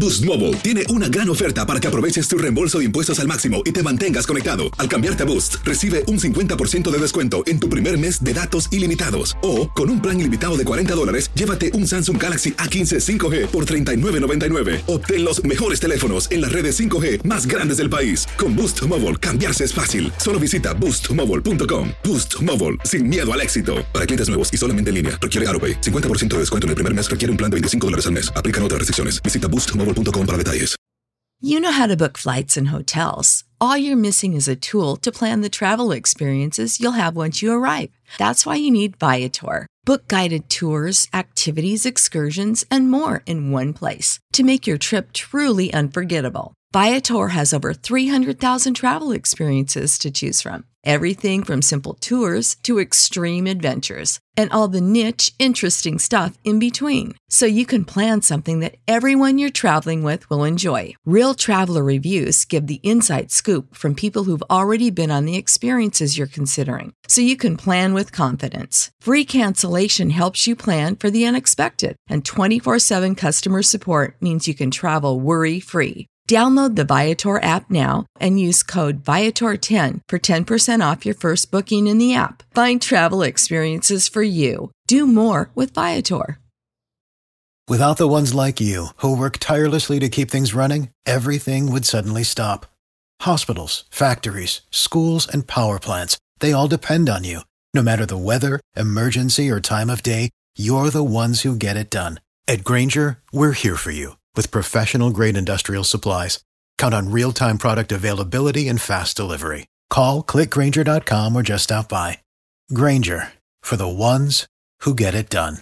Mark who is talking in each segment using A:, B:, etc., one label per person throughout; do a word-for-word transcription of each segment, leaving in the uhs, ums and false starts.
A: Boost Mobile tiene una gran oferta para que aproveches tu reembolso de impuestos al máximo y te mantengas conectado. Al cambiarte a Boost, recibe un cincuenta por ciento de descuento en tu primer mes de datos ilimitados. O, con un plan ilimitado de cuarenta dólares, llévate un Samsung Galaxy A quince cinco G por treinta y nueve noventa y nueve. Obtén los mejores teléfonos en las redes cinco G más grandes del país. Con Boost Mobile, cambiarse es fácil. Solo visita boost mobile punto com. Boost Mobile, sin miedo al éxito. Para clientes nuevos y solamente en línea, requiere AutoPay. cincuenta por ciento de descuento en el primer mes requiere un plan de veinticinco dólares al mes. Aplican otras restricciones. Visita boost mobile punto com para detalles.
B: You know how to book flights and hotels. All you're missing is a tool to plan the travel experiences you'll have once you arrive. That's why you need Viator. Book guided tours, activities, excursions, and more in one place to make your trip truly unforgettable. Viator has over three hundred thousand travel experiences to choose from. Everything from simple tours to extreme adventures and all the niche, interesting stuff in between. So you can plan something that everyone you're traveling with will enjoy. Real traveler reviews give the inside scoop from people who've already been on the experiences you're considering. So you can plan with confidence. Free cancellation helps you plan for the unexpected. And twenty-four seven customer support means you can travel worry-free. Download the Viator app now and use code Viator ten for ten percent off your first booking in the app. Find travel experiences for you. Do more with Viator.
C: Without the ones like you, who work tirelessly to keep things running, everything would suddenly stop. Hospitals, factories, schools, and power plants, they all depend on you. No matter the weather, emergency, or time of day, you're the ones who get it done. At Grainger, we're here for you. With professional-grade industrial supplies, count on real-time product availability and fast delivery. Call, click Grainger dot com, or just stop by. Grainger, for the ones who get it done.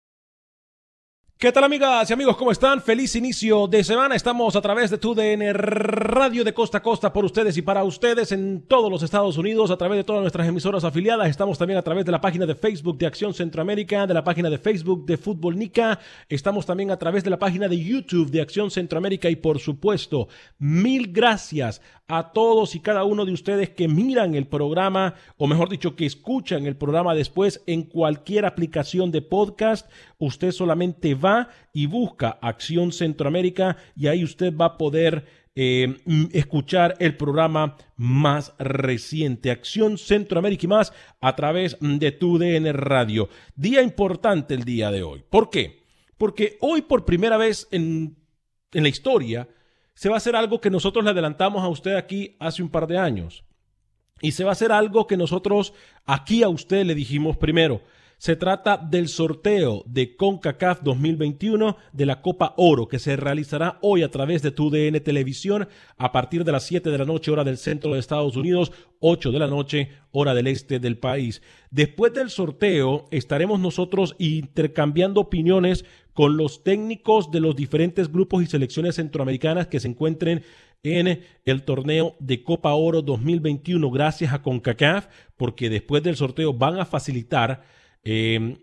D: ¿Qué tal, amigas y amigos? ¿Cómo están? Feliz inicio de semana. Estamos a través de tu D N Radio de costa a costa por ustedes y para ustedes en todos los Estados Unidos, a través de todas nuestras emisoras afiliadas. Estamos también a través de la página de Facebook de Acción Centroamérica, de la página de Facebook de Fútbol Nica. Estamos también a través de la página de YouTube de Acción Centroamérica y, por supuesto, mil gracias a todos y cada uno de ustedes que miran el programa, o mejor dicho, que escuchan el programa después en cualquier aplicación de podcast. Usted solamente va y busca Acción Centroamérica y ahí usted va a poder eh, escuchar el programa más reciente, Acción Centroamérica y más, a través de tu D N Radio. Día importante el día de hoy. ¿Por qué? Porque hoy por primera vez en, en la historia se va a hacer algo que nosotros le adelantamos a usted aquí hace un par de años. Y se va a hacer algo que nosotros aquí a usted le dijimos primero. Se trata del sorteo de CONCACAF dos mil veintiuno de la Copa Oro, que se realizará hoy a través de tu D N Televisión a partir de las siete de la noche, hora del centro de Estados Unidos, ocho de la noche, hora del este del país. Después del sorteo estaremos nosotros intercambiando opiniones con los técnicos de los diferentes grupos y selecciones centroamericanas que se encuentren en el torneo de Copa Oro dos mil veintiuno, gracias a CONCACAF, porque después del sorteo van a facilitar Eh,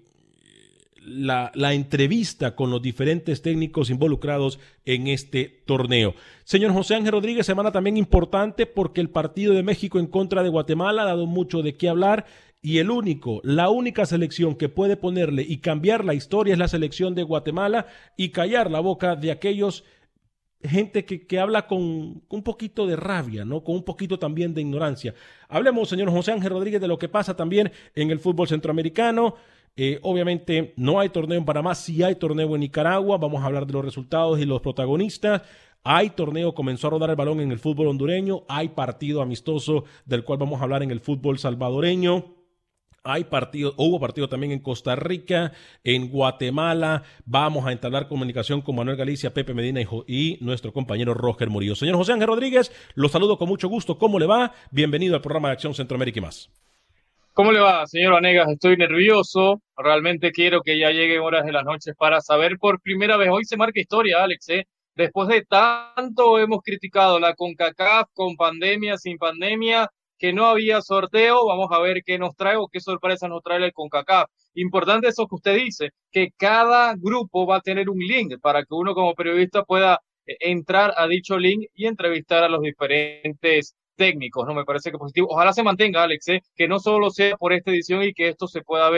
D: la, la entrevista con los diferentes técnicos involucrados en este torneo. Señor José Ángel Rodríguez, semana también importante porque el partido de México en contra de Guatemala ha dado mucho de qué hablar y el único, la única selección que puede ponerle y cambiar la historia es la selección de Guatemala y callar la boca de aquellos gente que, que habla con, con un poquito de rabia, ¿no? Con un poquito también de ignorancia. Hablemos, señor José Ángel Rodríguez, de lo que pasa también en el fútbol centroamericano. Eh, obviamente no hay torneo en Panamá, sí hay torneo en Nicaragua. Vamos a hablar de los resultados y los protagonistas. Hay torneo, comenzó a rodar el balón en el fútbol hondureño. Hay partido amistoso del cual vamos a hablar en el fútbol salvadoreño. Hay partido, hubo partido también en Costa Rica, en Guatemala. Vamos a entablar comunicación con Manuel Galicia, Pepe Medina y, y nuestro compañero Roger Murillo. Señor José Ángel Rodríguez, lo saludo con mucho gusto. ¿Cómo le va? Bienvenido al programa de Acción Centroamérica y más.
E: ¿Cómo le va, señor Vanegas? Estoy nervioso. Realmente quiero que ya lleguen horas de las noches para saber por primera vez. Hoy se marca historia, Alex, ¿eh? Después de tanto hemos criticado la CONCACAF con pandemia, sin pandemia, que no había sorteo. Vamos a ver qué nos trae o qué sorpresa nos trae el CONCACAF. Importante eso que usted dice, que cada grupo va a tener un link para que uno como periodista pueda entrar a dicho link y entrevistar a los diferentes técnicos, ¿no? Me parece que positivo. Ojalá se mantenga, Alex, ¿eh? Que no solo sea por esta edición y que esto se pueda ver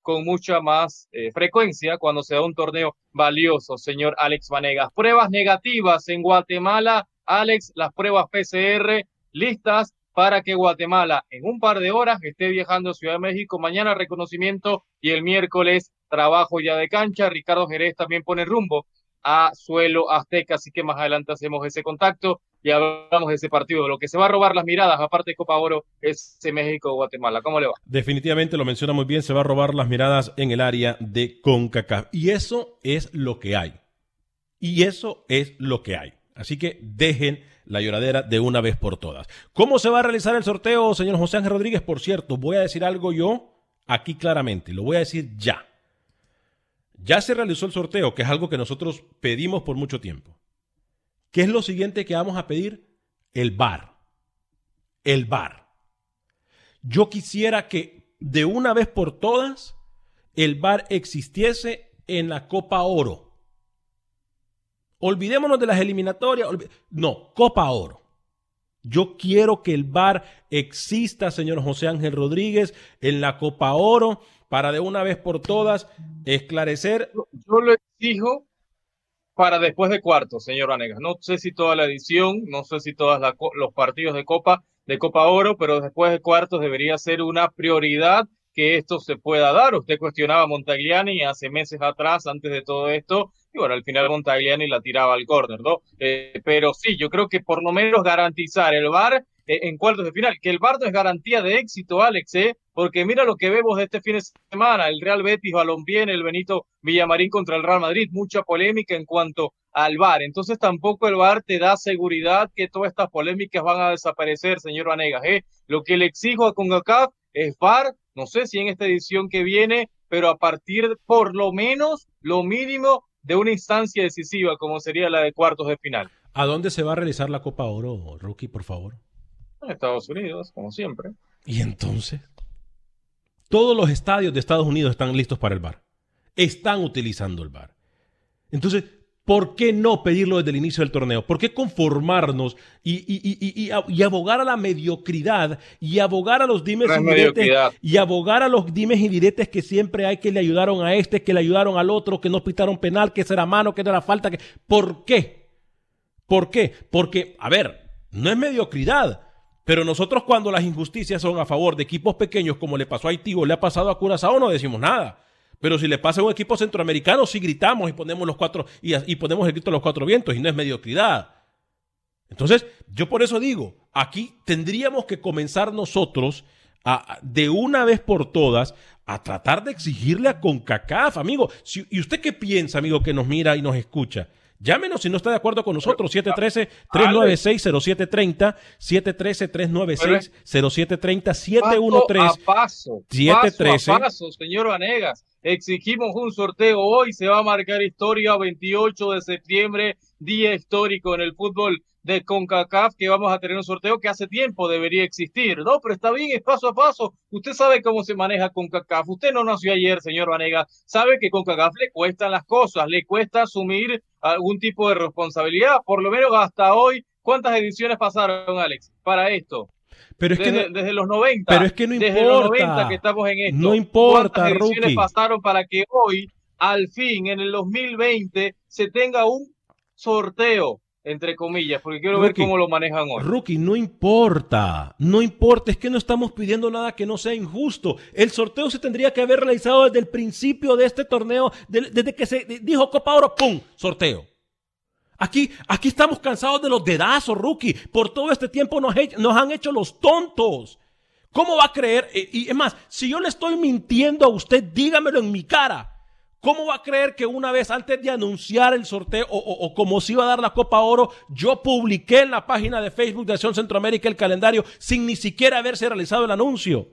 E: con mucha más eh, frecuencia cuando se da un torneo valioso, señor Alex Vanegas. Pruebas negativas en Guatemala, Alex, las pruebas P C R listas para que Guatemala en un par de horas esté viajando a Ciudad de México. Mañana reconocimiento y el miércoles trabajo ya de cancha. Ricardo Jerez también pone rumbo a suelo azteca, así que más adelante hacemos ese contacto y hablamos de ese partido. De lo que se va a robar las miradas, aparte de Copa Oro, es México-Guatemala. ¿Cómo le va?
D: Definitivamente lo menciona muy bien, se va a robar las miradas en el área de CONCACAF. Y eso es lo que hay. Y eso es lo que hay. Así que dejen la lloradera de una vez por todas. ¿Cómo se va a realizar el sorteo, señor José Ángel Rodríguez? Por cierto, voy a decir algo yo aquí claramente, lo voy a decir ya. Ya se realizó el sorteo, que es algo que nosotros pedimos por mucho tiempo. ¿Qué es lo siguiente que vamos a pedir? El V A R. El V A R. Yo quisiera que de una vez por todas el V A R existiese en la Copa Oro. Olvidémonos de las eliminatorias. No, Copa Oro. Yo quiero que el V A R exista, señor José Ángel Rodríguez, en la Copa Oro, para de una vez por todas esclarecer.
E: Yo lo exijo para después de cuartos, señor Vanegas. No sé si toda la edición, no sé si todos los partidos de Copa, de Copa Oro, pero después de cuartos debería ser una prioridad que esto se pueda dar. Usted cuestionaba a Montagliani hace meses atrás, antes de todo esto, y bueno, al final Montagliani la tiraba al córner, ¿no? Eh, pero sí, yo creo que por lo menos garantizar el V A R eh, en cuartos de final, que el V A R no es garantía de éxito, Alex, ¿eh? Porque mira lo que vemos de este fin de semana, el Real Betis Balompié, el Benito Villamarín contra el Real Madrid, mucha polémica en cuanto al V A R, entonces tampoco el V A R te da seguridad que todas estas polémicas van a desaparecer, señor Vanegas, ¿eh? Lo que le exijo a CONCACAF es V A R, no sé si en esta edición que viene, pero a partir de, por lo menos, lo mínimo de una instancia decisiva, como sería la de cuartos de final.
D: ¿A dónde se va a realizar la Copa Oro, Rookie, por favor?
E: En Estados Unidos, como siempre.
D: ¿Y entonces? Todos los estadios de Estados Unidos están listos para el V A R. Están utilizando el V A R. Entonces, ¿por qué no pedirlo desde el inicio del torneo? ¿Por qué conformarnos y, y, y, y, y abogar a la mediocridad y abogar a los dimes
E: no
D: y diretes y abogar a los dimes y diretes que siempre hay, que le ayudaron a este, que le ayudaron al otro, que no pitaron penal, que será mano, que no era falta? Que... ¿Por qué? ¿Por qué? Porque, a ver, no es mediocridad, pero nosotros cuando las injusticias son a favor de equipos pequeños, como le pasó a Haití o le ha pasado a Curazao, no decimos nada. Pero si le pasa a un equipo centroamericano, sí gritamos y ponemos los cuatro y, y ponemos el grito a los cuatro vientos, y no es mediocridad. Entonces, yo por eso digo, aquí tendríamos que comenzar nosotros a, de una vez por todas a tratar de exigirle a CONCACAF, amigo. Si, ¿Y usted qué piensa, amigo, que nos mira y nos escucha? Llámenos si no está de acuerdo con nosotros, siete uno tres, tres nueve seis, cero siete tres cero, siete uno tres, tres nueve seis, cero siete tres cero, siete uno tres,
E: paso,
D: siete tres,
E: paso a paso, señor Vanegas. Exigimos un sorteo hoy, se va a marcar historia, veintiocho de septiembre, día histórico en el fútbol de CONCACAF, que vamos a tener un sorteo que hace tiempo debería existir, ¿no? Pero está bien, es paso a paso. Usted sabe cómo se maneja CONCACAF. Usted no nació ayer, señor Vanegas. Sabe que CONCACAF le cuestan las cosas, le cuesta asumir algún tipo de responsabilidad. Por lo menos hasta hoy, ¿cuántas ediciones pasaron, Alex, para esto?
D: Pero es
E: desde,
D: que no,
E: desde los noventa.
D: Pero es que no importa.
E: Desde los noventa que estamos en esto.
D: No importa,
E: ¿Cuántas ediciones
D: Rookie
E: pasaron para que hoy, al fin, en el dos mil veinte, se tenga un sorteo, entre comillas? Porque quiero
D: Rookie,
E: ver cómo lo manejan hoy.
D: Rookie, no importa. No importa. Es que no estamos pidiendo nada que no sea injusto. El sorteo se tendría que haber realizado desde el principio de este torneo, de, desde que se dijo Copa Oro, ¡pum! Sorteo. Aquí, aquí estamos cansados de los dedazos, Rookie. Por todo este tiempo nos, he, nos han hecho los tontos. ¿Cómo va a creer? Y, y es más, si yo le estoy mintiendo a usted, dígamelo en mi cara. ¿Cómo va a creer que una vez antes de anunciar el sorteo o, o, o como se iba a dar la Copa Oro, yo publiqué en la página de Facebook de Acción Centroamérica el calendario sin ni siquiera haberse realizado el anuncio?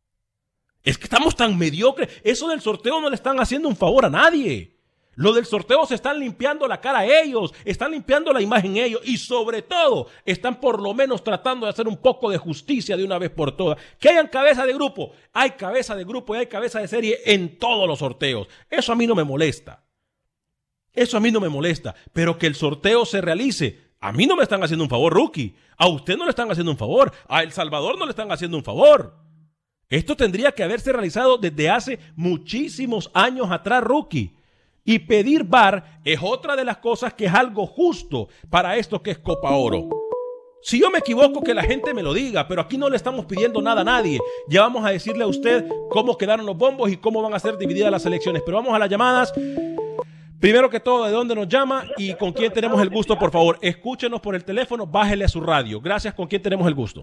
D: Es que estamos tan mediocres. Eso del sorteo no le están haciendo un favor a nadie. Lo del sorteo se están limpiando la cara a ellos, están limpiando la imagen ellos y sobre todo están por lo menos tratando de hacer un poco de justicia de una vez por todas. Que hayan cabeza de grupo, hay cabeza de grupo y hay cabeza de serie en todos los sorteos. Eso a mí no me molesta. Eso a mí no me molesta, pero que el sorteo se realice. A mí no me están haciendo un favor, Rookie. A usted no le están haciendo un favor. A El Salvador no le están haciendo un favor. Esto tendría que haberse realizado desde hace muchísimos años atrás, Rookie. Y pedir V A R es otra de las cosas que es algo justo para esto que es Copa Oro. Si yo me equivoco, que la gente me lo diga, pero aquí no le estamos pidiendo nada a nadie. Ya vamos a decirle a usted cómo quedaron los bombos y cómo van a ser divididas las elecciones. Pero vamos a las llamadas. Primero que todo, ¿de dónde nos llama y con quién tenemos el gusto? Por favor, escúchenos por el teléfono, bájele a su radio. Gracias, ¿con quién tenemos el gusto?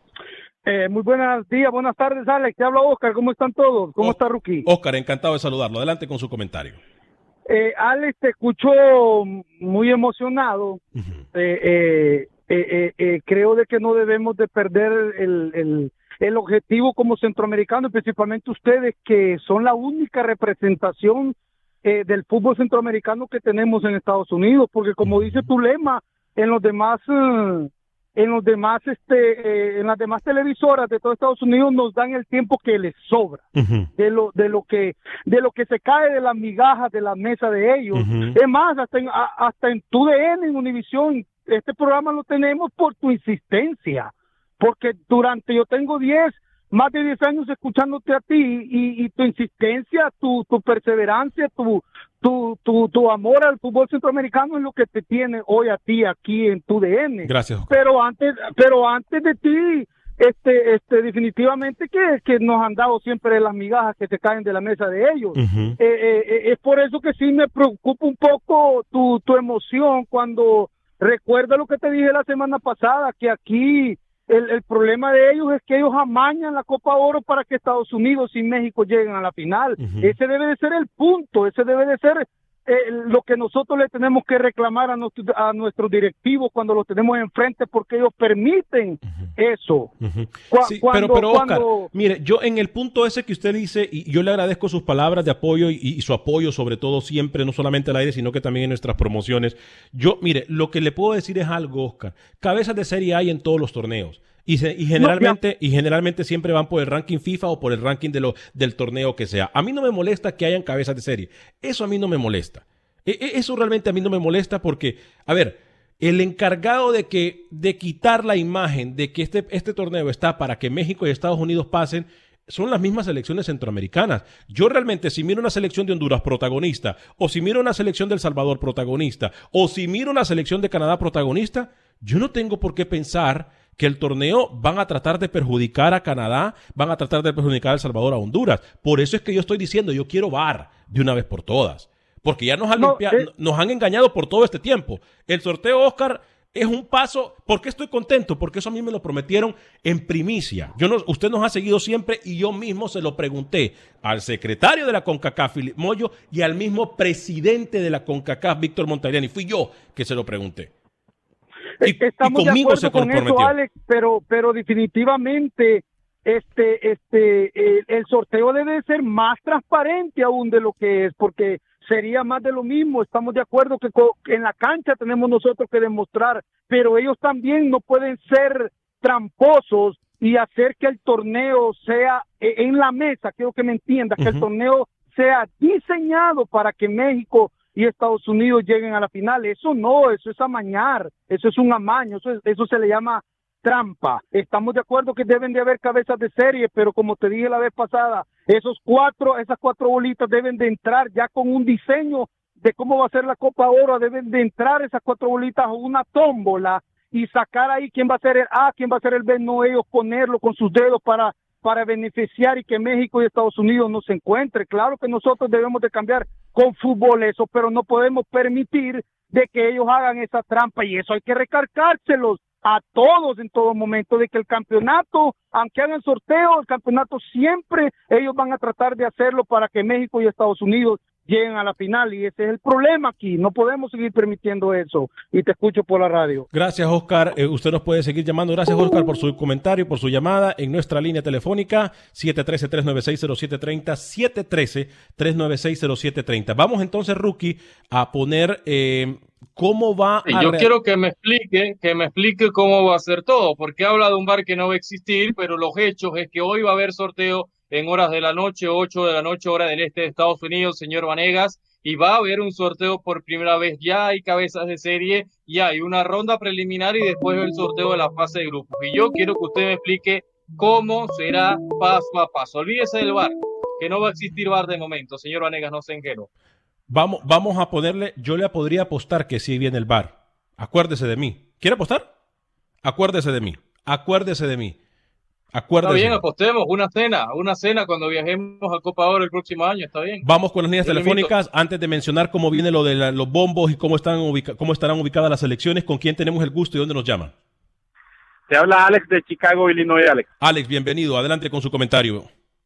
F: Eh, muy buenos días, buenas tardes, Alex. Te habla Oscar, ¿cómo están todos? ¿Cómo o está Rookie?
D: Oscar, encantado de saludarlo. Adelante con su comentario.
F: Eh, Alex, te escucho muy emocionado. Uh-huh. eh, eh, eh, eh, eh, creo de que no debemos de perder el, el, el objetivo como centroamericanos, principalmente ustedes, que son la única representación eh, del fútbol centroamericano que tenemos en Estados Unidos, porque como uh-huh. dice tu lema, en los demás... Uh, en los demás este eh, en las demás televisoras de todo Estados Unidos nos dan el tiempo que les sobra uh-huh. de lo de lo que de lo que se cae de las migajas de la mesa de ellos. Uh-huh. Es más, hasta en, a, hasta en T U D N, en Univisión, este programa lo tenemos por tu insistencia, porque durante yo tengo diez más de diez años escuchándote a ti y, y tu insistencia, tu tu perseverancia, tu Tu, tu, tu amor al fútbol centroamericano es lo que te tiene hoy a ti aquí en tu D N.
D: Gracias, Oscar.
F: Pero antes, pero antes de ti, este, este, definitivamente que, que nos han dado siempre las migajas que se caen de la mesa de ellos. Uh-huh. eh, eh, es por eso que sí me preocupa un poco tu, tu emoción cuando recuerda lo que te dije la semana pasada, que aquí el, el problema de ellos es que ellos amañan la Copa Oro para que Estados Unidos y México lleguen a la final. Uh-huh. Ese debe de ser el punto, ese debe de ser eh, lo que nosotros le tenemos que reclamar a, nuestro, a nuestros directivos cuando los tenemos enfrente, porque ellos permiten uh-huh. eso.
D: Uh-huh. Cu- sí, cuando, pero, pero Oscar, cuando... mire, yo en el punto ese que usted dice, y yo le agradezco sus palabras de apoyo y, y su apoyo sobre todo siempre, no solamente al aire, sino que también en nuestras promociones. Yo, mire, lo que le puedo decir es algo, Oscar. Cabezas de serie hay en todos los torneos. Y, se, y generalmente no, y generalmente siempre van por el ranking FIFA o por el ranking de lo, del torneo que sea. A mí no me molesta que hayan cabezas de serie. Eso a mí no me molesta. E, eso realmente a mí no me molesta porque, a ver, el encargado de que de quitar la imagen de que este, este torneo está para que México y Estados Unidos pasen son las mismas selecciones centroamericanas. Yo realmente, si miro una selección de Honduras protagonista, o si miro una selección de El Salvador protagonista, o si miro una selección de Canadá protagonista, yo no tengo por qué pensar que el torneo van a tratar de perjudicar a Canadá, van a tratar de perjudicar a El Salvador, a Honduras. Por eso es que yo estoy diciendo, yo quiero V A R de una vez por todas. Porque ya nos han, no, limpia- eh. nos han engañado por todo este tiempo. El sorteo, Oscar, es un paso. ¿Por qué estoy contento? Porque eso a mí me lo prometieron en primicia. Yo no, usted nos ha seguido siempre y yo mismo se lo pregunté al secretario de la CONCACAF, Philip Moyo, y al mismo presidente de la CONCACAF, Víctor Montagliani. Fui yo que se lo pregunté. Y,
F: Estamos
D: y conmigo
F: de
D: se
F: acuerdo con
D: comprometió.
F: eso, Alex, pero, pero definitivamente este, este, el, el sorteo debe ser más transparente aún de lo que es, porque sería más de lo mismo. Estamos de acuerdo que en la cancha tenemos nosotros que demostrar, pero ellos también no pueden ser tramposos y hacer que el torneo sea en la mesa. Quiero que me entiendas, uh-huh. que el torneo sea diseñado para que México y Estados Unidos lleguen a la final. Eso no, eso es amañar, eso es un amaño, eso, es, eso se le llama trampa. Estamos de acuerdo que deben de haber cabezas de serie, pero como te dije la vez pasada, esos cuatro, esas cuatro bolitas deben de entrar ya con un diseño de cómo va a ser la Copa Oro, deben de entrar esas cuatro bolitas a una tómbola y sacar ahí quién va a ser el A, quién va a ser el B, no ellos ponerlo con sus dedos para para beneficiar y que México y Estados Unidos no se encuentren. Claro que nosotros debemos de cambiar con fútbol eso, pero no podemos permitir de que ellos hagan esa trampa, y eso hay que recargárselos a todos en todo momento, de que el campeonato, aunque hagan sorteo, el campeonato siempre ellos van a tratar de hacerlo para que México y Estados Unidos lleguen a la final, y ese es el problema aquí. No podemos seguir permitiendo eso. Y te escucho por la radio.
D: Gracias, Oscar. Eh, usted nos puede seguir llamando. Gracias, Oscar, por su comentario, por su llamada en nuestra línea telefónica siete uno tres, tres nueve seis, cero siete tres cero, siete uno tres, tres nueve seis, cero siete tres cero. Vamos entonces, Rookie, a poner eh, cómo va
E: sí,
D: a...
E: Yo re- quiero que me explique, que me explique cómo va a ser todo, porque habla de un V A R que no va a existir, pero los hechos es que hoy va a haber sorteo en horas de la noche, ocho de la noche, hora del este de Estados Unidos, señor Vanegas, y va a haber un sorteo por primera vez. Ya hay cabezas de serie, ya hay una ronda preliminar y después el sorteo de la fase de grupos. Y yo quiero que usted me explique cómo será paso a paso. Olvídese del V A R, que no va a existir V A R de momento, señor Vanegas, no se engenó.
D: Vamos, vamos a ponerle, yo le podría apostar que sí viene el V A R. Acuérdese de mí. ¿Quiere apostar? Acuérdese de mí. Acuérdese de mí. Acuérdese.
E: Está bien, apostemos una cena, una cena cuando viajemos a Copa Oro el próximo año, está bien.
D: Vamos con las líneas
E: Yo
D: telefónicas antes de mencionar cómo viene lo de la, los bombos y cómo están ubica, cómo estarán ubicadas las elecciones, con quién tenemos el gusto y dónde nos llaman.
G: Te habla Alex de Chicago, Illinois, Alex.
D: Alex, bienvenido. Adelante con su comentario.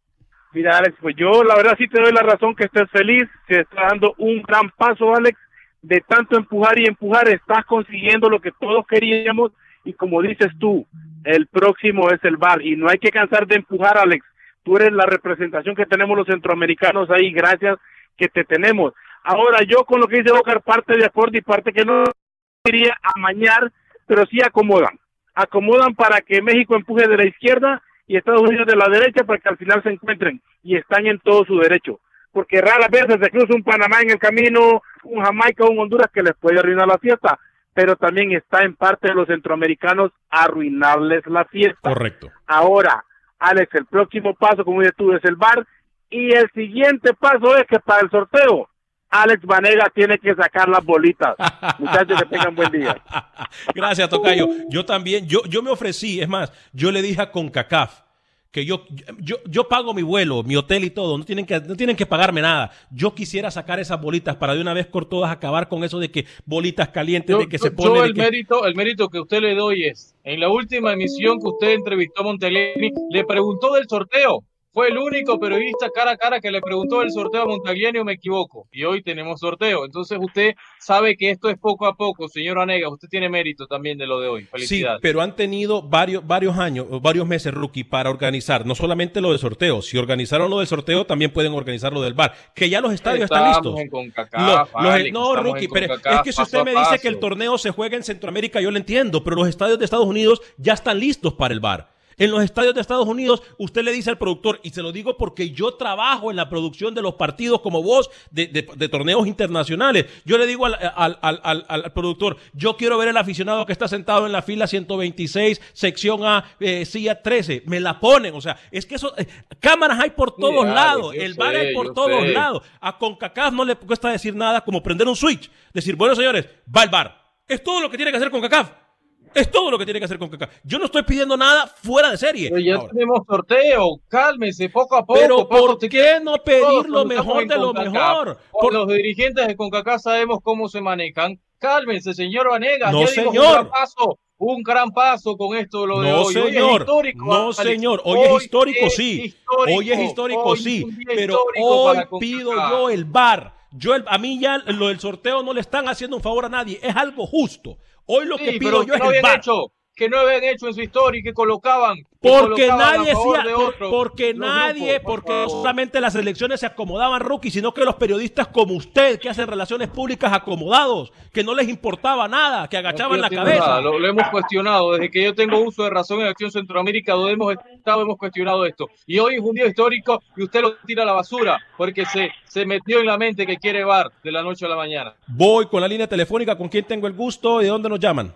G: Mira, Alex, pues yo la verdad sí te doy la razón que estés feliz. Se está dando un gran paso, Alex, de tanto empujar y empujar. Estás consiguiendo lo que todos queríamos y como dices tú, el próximo es el V A R y no hay que cansar de empujar, Alex. Tú eres la representación que tenemos los centroamericanos ahí, gracias que te tenemos. Ahora, yo con lo que dice Oscar, parte de acuerdo y parte que no quería amañar, pero sí acomodan. Acomodan para que México empuje de la izquierda y Estados Unidos de la derecha para que al final se encuentren y están en todo su derecho. Porque raras veces se cruza un Panamá en el camino, un Jamaica o un Honduras que les puede arruinar la fiesta, pero también está en parte de los centroamericanos arruinarles la fiesta.
D: Correcto.
G: Ahora, Alex, el próximo paso, como dices tú, es el V A R y el siguiente paso es que para el sorteo Alex Vanega tiene que sacar las bolitas. Muchachos, que tengan buen día.
D: Gracias, tocayo. Yo también, yo, yo me ofrecí, es más, yo le dije a CONCACAF que yo, yo, yo pago mi vuelo, mi hotel y todo, no tienen que, no tienen que pagarme nada. Yo quisiera sacar esas bolitas para de una vez por todas acabar con eso de que bolitas calientes,
E: yo,
D: de que
E: yo,
D: se pone.
E: Yo el
D: que...
E: mérito, el mérito que usted le doy es, en la última emisión que usted entrevistó a Montagliani, le preguntó del sorteo. Fue el único periodista cara a cara que le preguntó el sorteo a Montagliani, o me equivoco. Y hoy tenemos sorteo. Entonces usted sabe que esto es poco a poco, señor Vanegas. Usted tiene mérito también de lo de hoy. Felicidades.
D: Sí, pero han tenido varios, varios años, varios meses, Rookie, para organizar. No solamente lo del sorteo. Si organizaron lo del sorteo, también pueden organizar lo del V A R. Que ya los estadios
E: estamos
D: están listos.
E: En CONCACAF,
D: Lo, los,
E: Alex,
D: no, Rookie, pero es que si usted me dice que el torneo se juega en Centroamérica, yo lo entiendo. Pero los estadios de Estados Unidos ya están listos para el V A R. En los estadios de Estados Unidos, usted le dice al productor, y se lo digo porque yo trabajo en la producción de los partidos como vos, de, de, de torneos internacionales. Yo le digo al, al, al, al, al productor, yo quiero ver el aficionado que está sentado en la fila ciento veintiséis, sección A, eh, silla trece. Me la ponen, o sea, es que eso, eh, cámaras hay por todos sí, lados, el V A R sé, hay por todos sé. lados. A CONCACAF no le cuesta decir nada como prender un switch. Decir, bueno, señores, va el V A R. Es todo lo que tiene que hacer CONCACAF. Es todo lo que tiene que hacer CONCACAF. Yo no estoy pidiendo nada fuera de serie.
E: Pero ya Ahora. tenemos sorteo. Cálmese poco a poco.
D: Pero ¿por qué no pedir lo mejor de lo mejor?
E: Por los dirigentes de CONCACAF sabemos cómo se manejan. Cálmense, señor Vanegas.
D: No,
E: ya
D: señor.
E: Un gran paso, un gran paso con esto lo de
D: no,
E: hoy.
D: Señor.
E: Hoy es histórico.
D: No,
E: Alex.
D: señor. Hoy, hoy es histórico, es sí. Histórico. Hoy es histórico, hoy sí. Pero hoy pido yo el V A R. Yo el, a mí ya lo del sorteo no le están haciendo un favor a nadie. Es algo justo. Hoy lo sí, que pido yo es
E: no
D: el V A R.
E: Hecho. que no habían hecho en su historia y que colocaban. Que
D: porque
E: colocaban
D: nadie hacía, por, porque
E: los
D: nadie,
E: grupos, por
D: porque
E: favor.
D: solamente las elecciones se acomodaban, Rookie, sino que los periodistas como usted, que hacen relaciones públicas acomodados, que no les importaba nada, que agachaban
E: no
D: la cabeza.
E: Lo, lo hemos cuestionado, desde que yo tengo uso de razón en Acción Centroamérica, donde hemos estado, hemos cuestionado esto. Y hoy es un día histórico y usted lo tira a la basura, porque se, se metió en la mente que quiere V A R de la noche a la mañana.
D: Voy con la línea telefónica, ¿con quién tengo el gusto y de dónde nos llaman?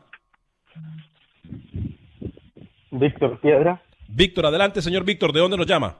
H: Víctor Piedra.
D: Víctor, adelante, señor Víctor, ¿de dónde nos llama?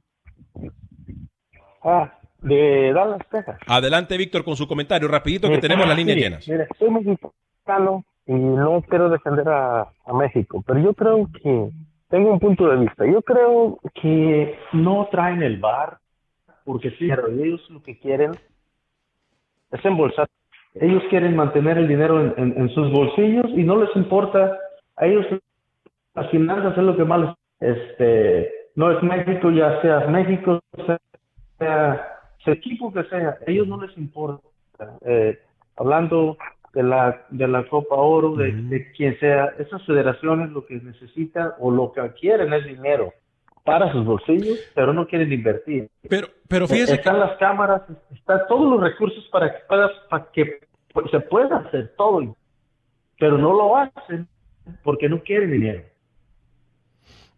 H: Ah, de Dallas, Texas.
D: Adelante, Víctor, con su comentario, rapidito que
H: mira,
D: tenemos las
H: sí,
D: líneas llenas.
H: Mira, soy mexicano y no quiero defender a, a México, pero yo creo que tengo un punto de vista. Yo creo que no traen el V A R porque sí, pero ellos lo que quieren es embolsar. Ellos quieren mantener el dinero en, en, en sus bolsillos y no les importa a ellos. Las finanzas es lo que más les, este, no es México, ya sea México, sea, sea el equipo que sea, a ellos no les importa. Eh, hablando de la de la Copa Oro, de, de quien sea, esas federaciones lo que necesitan o lo que quieren es dinero para sus bolsillos, pero no quieren invertir.
D: Pero, pero fíjese
H: están
D: que...
H: las cámaras, están todos los recursos para que puedas, para que se pueda hacer todo, pero no lo hacen porque no quieren dinero.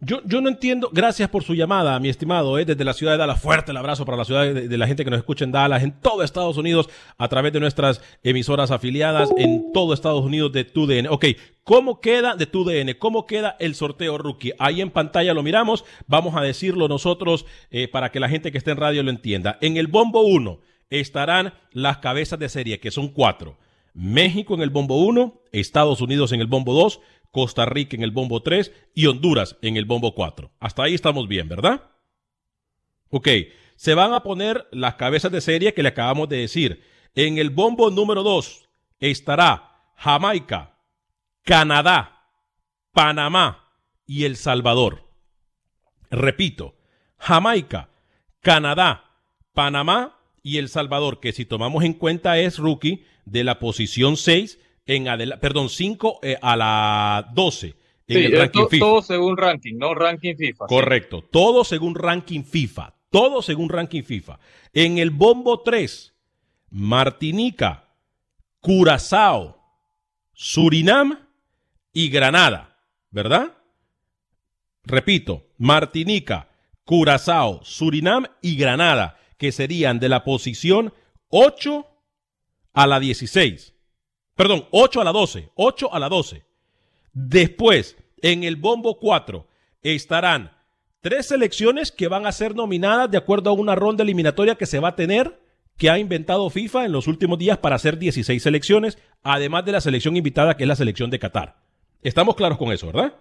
D: Yo, yo no entiendo, gracias por su llamada, mi estimado, eh, desde la ciudad de Dallas. Fuerte el abrazo para la ciudad de, de la gente que nos escucha en Dallas, en todo Estados Unidos, a través de nuestras emisoras afiliadas, en todo Estados Unidos de Tu D N. Ok, ¿cómo queda de Tu D N? ¿Cómo queda el sorteo rookie? Ahí en pantalla lo miramos, vamos a decirlo nosotros eh, para que la gente que esté en radio lo entienda. En el bombo uno estarán las cabezas de serie, que son cuatro. México en el bombo uno, Estados Unidos en el bombo dos, Costa Rica en el bombo tres y Honduras en el bombo cuatro. Hasta ahí estamos bien, ¿verdad? Ok, se van a poner las cabezas de serie que le acabamos de decir. En el bombo número dos estará Jamaica, Canadá, Panamá y El Salvador. Repito, Jamaica, Canadá, Panamá y El Salvador, que si tomamos en cuenta es rookie de la posición seis en adela- perdón, cinco eh, a la doce en
E: sí,
D: el ranking
E: to-
D: FIFA.
E: Todo según ranking, no ranking FIFA.
D: Correcto, sí. Todo según ranking FIFA. Todo según ranking FIFA. En el bombo tres, Martinica, Curazao, Surinam y Granada, ¿verdad? Repito, Martinica, Curazao, Surinam y Granada, que serían de la posición ocho a la dieciséis. Perdón, ocho a la doce. ocho a la doce. Después, en el bombo cuatro, estarán tres selecciones que van a ser nominadas de acuerdo a una ronda eliminatoria que se va a tener, que ha inventado FIFA en los últimos días para hacer dieciséis selecciones, además de la selección invitada, que es la selección de Qatar. Estamos claros con eso, ¿verdad?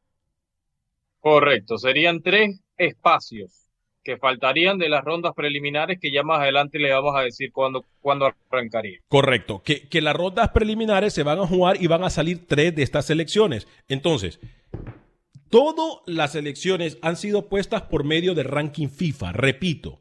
E: Correcto, serían tres espacios que faltarían de las rondas preliminares, que ya más adelante le vamos a decir cuándo, cuándo arrancaría.
D: Correcto, que, que las rondas preliminares se van a jugar y van a salir tres de estas selecciones. Entonces, todas las selecciones han sido puestas por medio del ranking FIFA. Repito,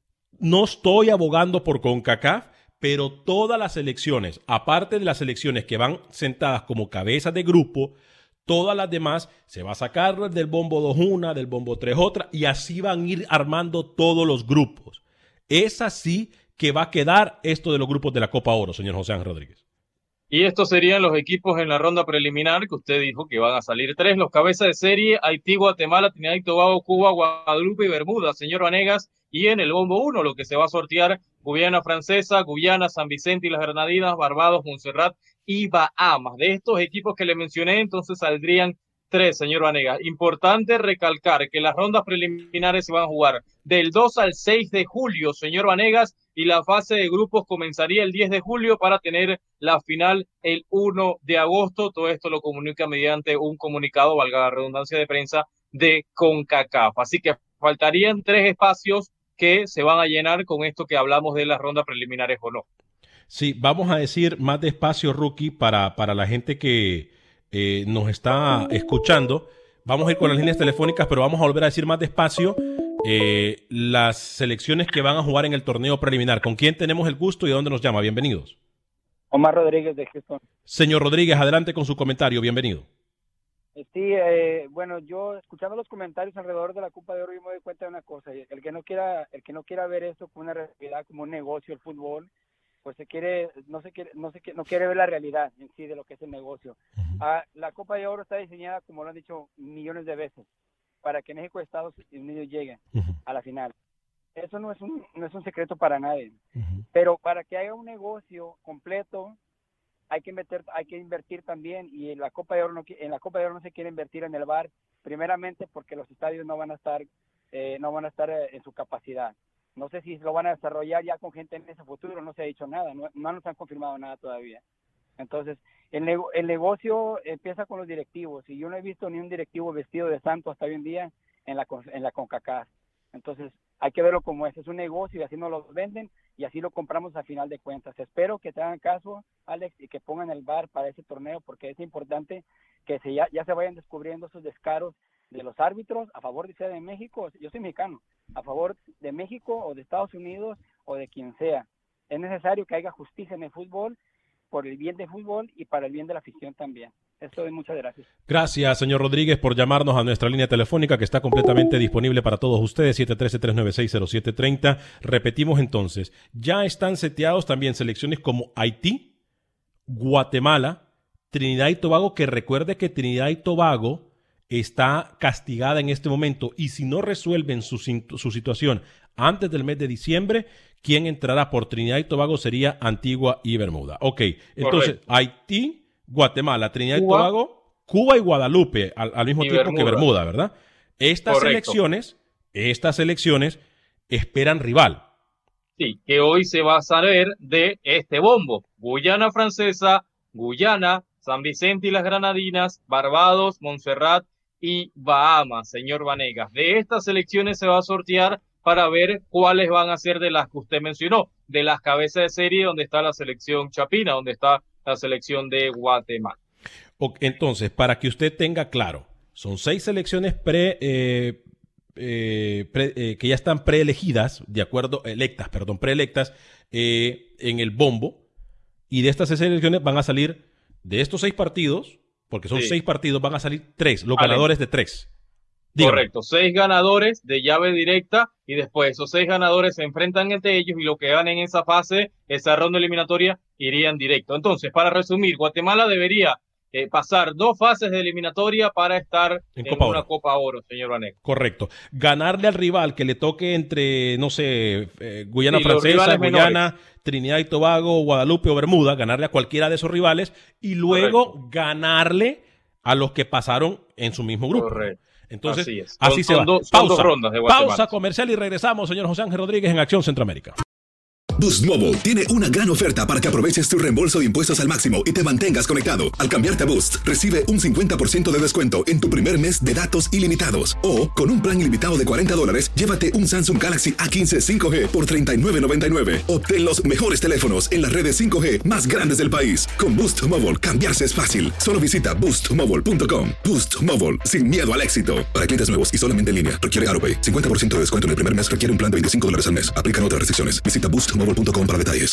D: no estoy abogando por CONCACAF, pero todas las selecciones, aparte de las selecciones que van sentadas como cabezas de grupo, todas las demás se va a sacar del bombo dos una, del bombo tres otra, y así van a ir armando todos los grupos. Es así que va a quedar esto de los grupos de la Copa Oro, señor José Ángel Rodríguez.
E: Y estos serían los equipos en la ronda preliminar, que usted dijo que van a salir tres. Los cabezas de serie: Haití, Guatemala, Trinidad y Tobago, Cuba, Guadalupe y Bermuda, señor Vanegas. Y en el bombo uno, lo que se va a sortear: Guyana Francesa, Guyana, San Vicente y las Granadinas, Barbados, Montserrat y Bahamas. De estos equipos que le mencioné, entonces saldrían tres, señor Vanegas. Importante recalcar que las rondas preliminares se van a jugar del dos al seis de julio, señor Vanegas, y la fase de grupos comenzaría el diez de julio para tener la final el uno de agosto. Todo esto lo comunica mediante un comunicado, valga la redundancia, de prensa de CONCACAF. Así que faltarían tres espacios que se van a llenar con esto que hablamos de las rondas preliminares o no.
D: Sí, vamos a decir más despacio, rookie, para, para la gente que eh, nos está escuchando. Vamos a ir con las líneas telefónicas, pero vamos a volver a decir más despacio eh, las selecciones que van a jugar en el torneo preliminar. ¿Con quién tenemos el gusto y de dónde nos llama? Bienvenidos.
I: Omar Rodríguez de Houston.
D: Señor Rodríguez, adelante con su comentario. Bienvenido.
I: Sí, eh, bueno, yo escuchando los comentarios alrededor de la Copa de Oro, yo me doy cuenta de una cosa: el que no quiera, el que no quiera ver esto como una realidad, como un negocio, el fútbol, pues se quiere, no se quiere, no se quiere, no quiere ver la realidad en sí de lo que es el negocio. Uh-huh. Ah, la Copa de Oro está diseñada, como lo han dicho millones de veces, para que México y Estados Unidos lleguen uh-huh. a la final. Eso no es un, no es un secreto para nadie. Uh-huh. Pero para que haya un negocio completo, hay que meter, hay que invertir también, y en la Copa de Oro no, en la Copa de Oro no se quiere invertir en el V A R, primeramente porque los estadios no van a estar, eh, no van a estar eh, en su capacidad. No sé si lo van a desarrollar ya con gente en ese futuro, no se ha dicho nada, no, no nos han confirmado nada todavía. Entonces, el, nego, el negocio empieza con los directivos, y yo no he visto ni un directivo vestido de santo hasta hoy en día en la, en la CONCACAF. Entonces, hay que verlo como es, es un negocio y así nos lo venden y así lo compramos a final de cuentas. Espero que te hagan caso, Alex, y que pongan el V A R para ese torneo, porque es importante que se ya, ya se vayan descubriendo esos descaros de los árbitros a favor de Ciudad de México. Yo soy mexicano, a favor de México o de Estados Unidos o de quien sea. Es necesario que haya justicia en el fútbol, por el bien del fútbol y para el bien de la afición también. Eso es, muchas gracias.
D: Gracias, señor Rodríguez, por llamarnos a nuestra línea telefónica, que está completamente disponible para todos ustedes, siete uno tres, tres nueve seis, cero siete tres cero. Repetimos entonces, ya están seteados también selecciones como Haití, Guatemala, Trinidad y Tobago, que recuerde que Trinidad y Tobago está castigada en este momento y si no resuelven su, su situación antes del mes de diciembre, quien entrará por Trinidad y Tobago sería Antigua y Bermuda. Ok, entonces correcto. Haití, Guatemala, Trinidad Cuba, y Tobago, Cuba y Guadalupe al, al mismo tiempo Bermuda. que Bermuda, ¿verdad? Estas correcto. elecciones, estas elecciones esperan rival.
E: Sí, que hoy se va a saber de este bombo. Guyana Francesa, Guyana, San Vicente y las Granadinas, Barbados, Montserrat y Bahamas, señor Vanegas. De estas elecciones se va a sortear para ver cuáles van a ser de las que usted mencionó, de las cabezas de serie donde está la selección chapina, donde está la selección de Guatemala.
D: Entonces, para que usted tenga claro, son seis selecciones pre... Eh, Eh, pre, eh, que ya están preelegidas, de acuerdo, electas, perdón, preelectas eh, en el bombo, y de estas seis elecciones van a salir, de estos seis partidos, porque son sí. seis partidos, van a salir tres, los vale. ganadores de tres.
E: Dígame. Correcto, seis ganadores de llave directa, y después esos seis ganadores se enfrentan entre ellos, y lo que ganen en esa fase, esa ronda eliminatoria, irían directo. Entonces, para resumir, Guatemala debería Eh, pasar dos fases de eliminatoria para estar en, en Copa una Oro. Copa Oro, señor Vanegas.
D: Correcto. Ganarle al rival que le toque entre, no sé, eh, Guyana sí, Francesa, Guyana, menores. Trinidad y Tobago, Guadalupe o Bermuda, ganarle a cualquiera de esos rivales y luego Correcto. ganarle a los que pasaron en su mismo grupo. Correcto. Entonces, así, es. así son, se va. Do, Pausa. Dos rondas de Pausa comercial y regresamos, señor José Ángel Rodríguez, en Acción Centroamérica.
A: Boost Mobile tiene una gran oferta para que aproveches tu reembolso de impuestos al máximo y te mantengas conectado. Al cambiarte a Boost, recibe un cincuenta por ciento de descuento en tu primer mes de datos ilimitados. O, con un plan ilimitado de cuarenta dólares, llévate un Samsung Galaxy A quince cinco G por treinta y nueve noventa y nueve. Obtén los mejores teléfonos en las redes cinco G más grandes del país. Con Boost Mobile, cambiarse es fácil. Solo visita boost mobile punto com. Boost Mobile, sin miedo al éxito. Para clientes nuevos y solamente en línea, requiere AutoPay. cincuenta por ciento de descuento en el primer mes requiere un plan de veinticinco dólares al mes. Aplican otras restricciones. Visita boost mobile punto com para detalles.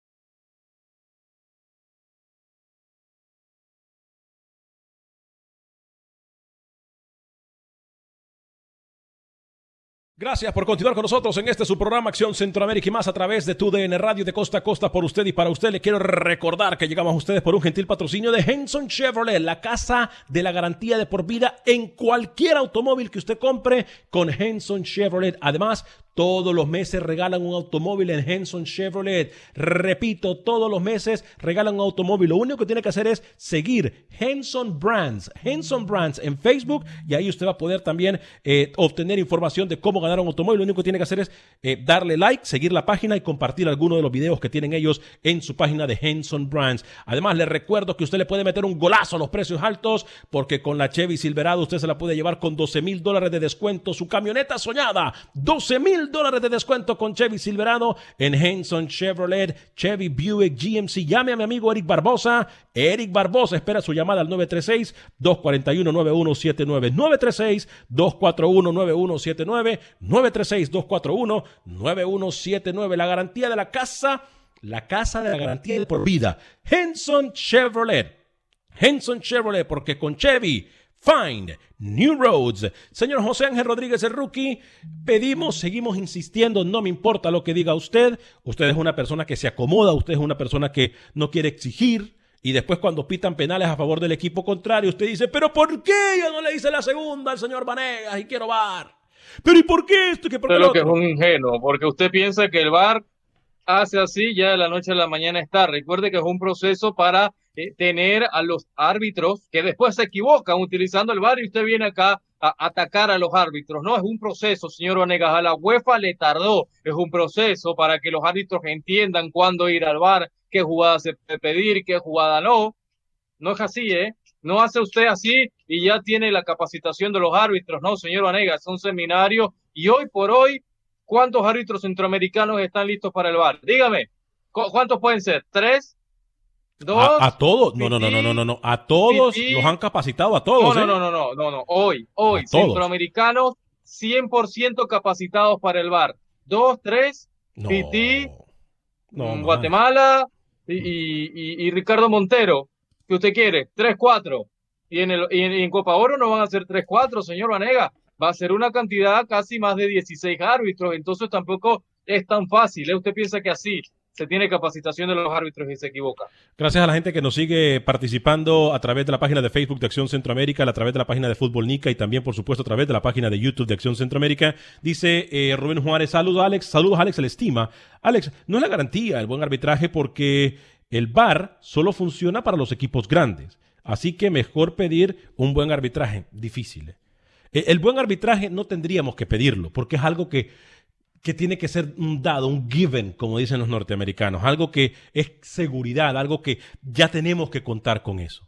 D: Gracias por continuar con nosotros en este su programa Acción Centroamérica y más a través de tu D N Radio de costa a costa por usted y para usted. Le quiero recordar que llegamos a ustedes por un gentil patrocinio de Henson Chevrolet, la casa de la garantía de por vida en cualquier automóvil que usted compre con Henson Chevrolet. Además, todos los meses regalan un automóvil en Henson Chevrolet. Repito, todos los meses regalan un automóvil. Lo único que tiene que hacer es seguir Henson Brands, Henson Brands en Facebook y ahí usted va a poder también eh, obtener información de cómo ganar un automóvil. Lo único que tiene que hacer es eh, darle like, seguir la página y compartir alguno de los videos que tienen ellos en su página de Henson Brands. Además, les recuerdo que usted le puede meter un golazo a los precios altos porque con la Chevy Silverado usted se la puede llevar con doce mil dólares de descuento. Su camioneta soñada, doce mil dólares de descuento con Chevy Silverado en Henson Chevrolet, Chevy, Buick, G M C. Llame a mi amigo Eric Barbosa. Eric Barbosa espera su llamada al nueve tres seis, dos cuatro uno, nueve uno siete nueve. nueve tres seis, dos cuatro uno, nueve uno siete nueve. nueve tres seis, dos cuatro uno, nueve uno siete nueve. La garantía de la casa, la casa de la garantía de por vida. Henson Chevrolet. Henson Chevrolet, porque con Chevy find new roads. Señor José Ángel Rodríguez, el rookie, pedimos, seguimos insistiendo, no me importa lo que diga usted. Usted es una persona que se acomoda, usted es una persona que no quiere exigir. Y después cuando pitan penales a favor del equipo contrario, usted dice, ¿pero por qué yo no le hice la segunda al señor Vanegas y quiero V A R? ¿Pero y por qué esto? ¿Qué por qué
E: lo
D: otro?
E: Que es un ingenuo, porque usted piensa que el V A R hace así, ya de la noche a la mañana está. Recuerde que es un proceso para eh, tener a los árbitros que después se equivocan utilizando el V A R y usted viene acá a atacar a los árbitros. No, es un proceso, señor Vanegas. A la UEFA le tardó. Es un proceso para que los árbitros entiendan cuándo ir al V A R, qué jugada se puede pedir, qué jugada no. No es así, ¿eh? No hace usted así y ya tiene la capacitación de los árbitros. No, señor Vanegas, es un seminario y hoy por hoy, ¿cuántos árbitros centroamericanos están listos para el V A R? Dígame, ¿cuántos pueden ser? ¿Tres? ¿Dos?
D: A, a todos, no, no, no, no, no, no, no, a todos Piti. Los han capacitado, a todos.
E: No,
D: ¿eh?
E: no, no, no, no, no, hoy, hoy, centroamericanos cien por ciento capacitados para el V A R. Dos, tres,
D: no.
E: Piti,
D: no,
E: Guatemala y, y, y, y Ricardo Montero. ¿Qué usted quiere? Tres, cuatro. Y en, el, y en, y en Copa Oro no van a ser tres, cuatro, señor Vanegas. Va a ser una cantidad casi más de dieciséis árbitros. Entonces tampoco es tan fácil. ¿eh? Usted piensa que así, se tiene capacitación de los árbitros y se equivoca.
D: Gracias a la gente que nos sigue participando a través de la página de Facebook de Acción Centroamérica, a través de la página de Fútbol Nica y también, por supuesto, a través de la página de YouTube de Acción Centroamérica. Dice eh, Rubén Juárez, saludos Alex, saludos Alex, se le estima. Alex, no es la garantía el buen arbitraje porque el V A R solo funciona para los equipos grandes. Así que mejor pedir un buen arbitraje. Difícil. ¿eh? El buen arbitraje no tendríamos que pedirlo porque es algo que que tiene que ser un dado, un given, como dicen los norteamericanos, algo que es seguridad, algo que ya tenemos que contar con eso.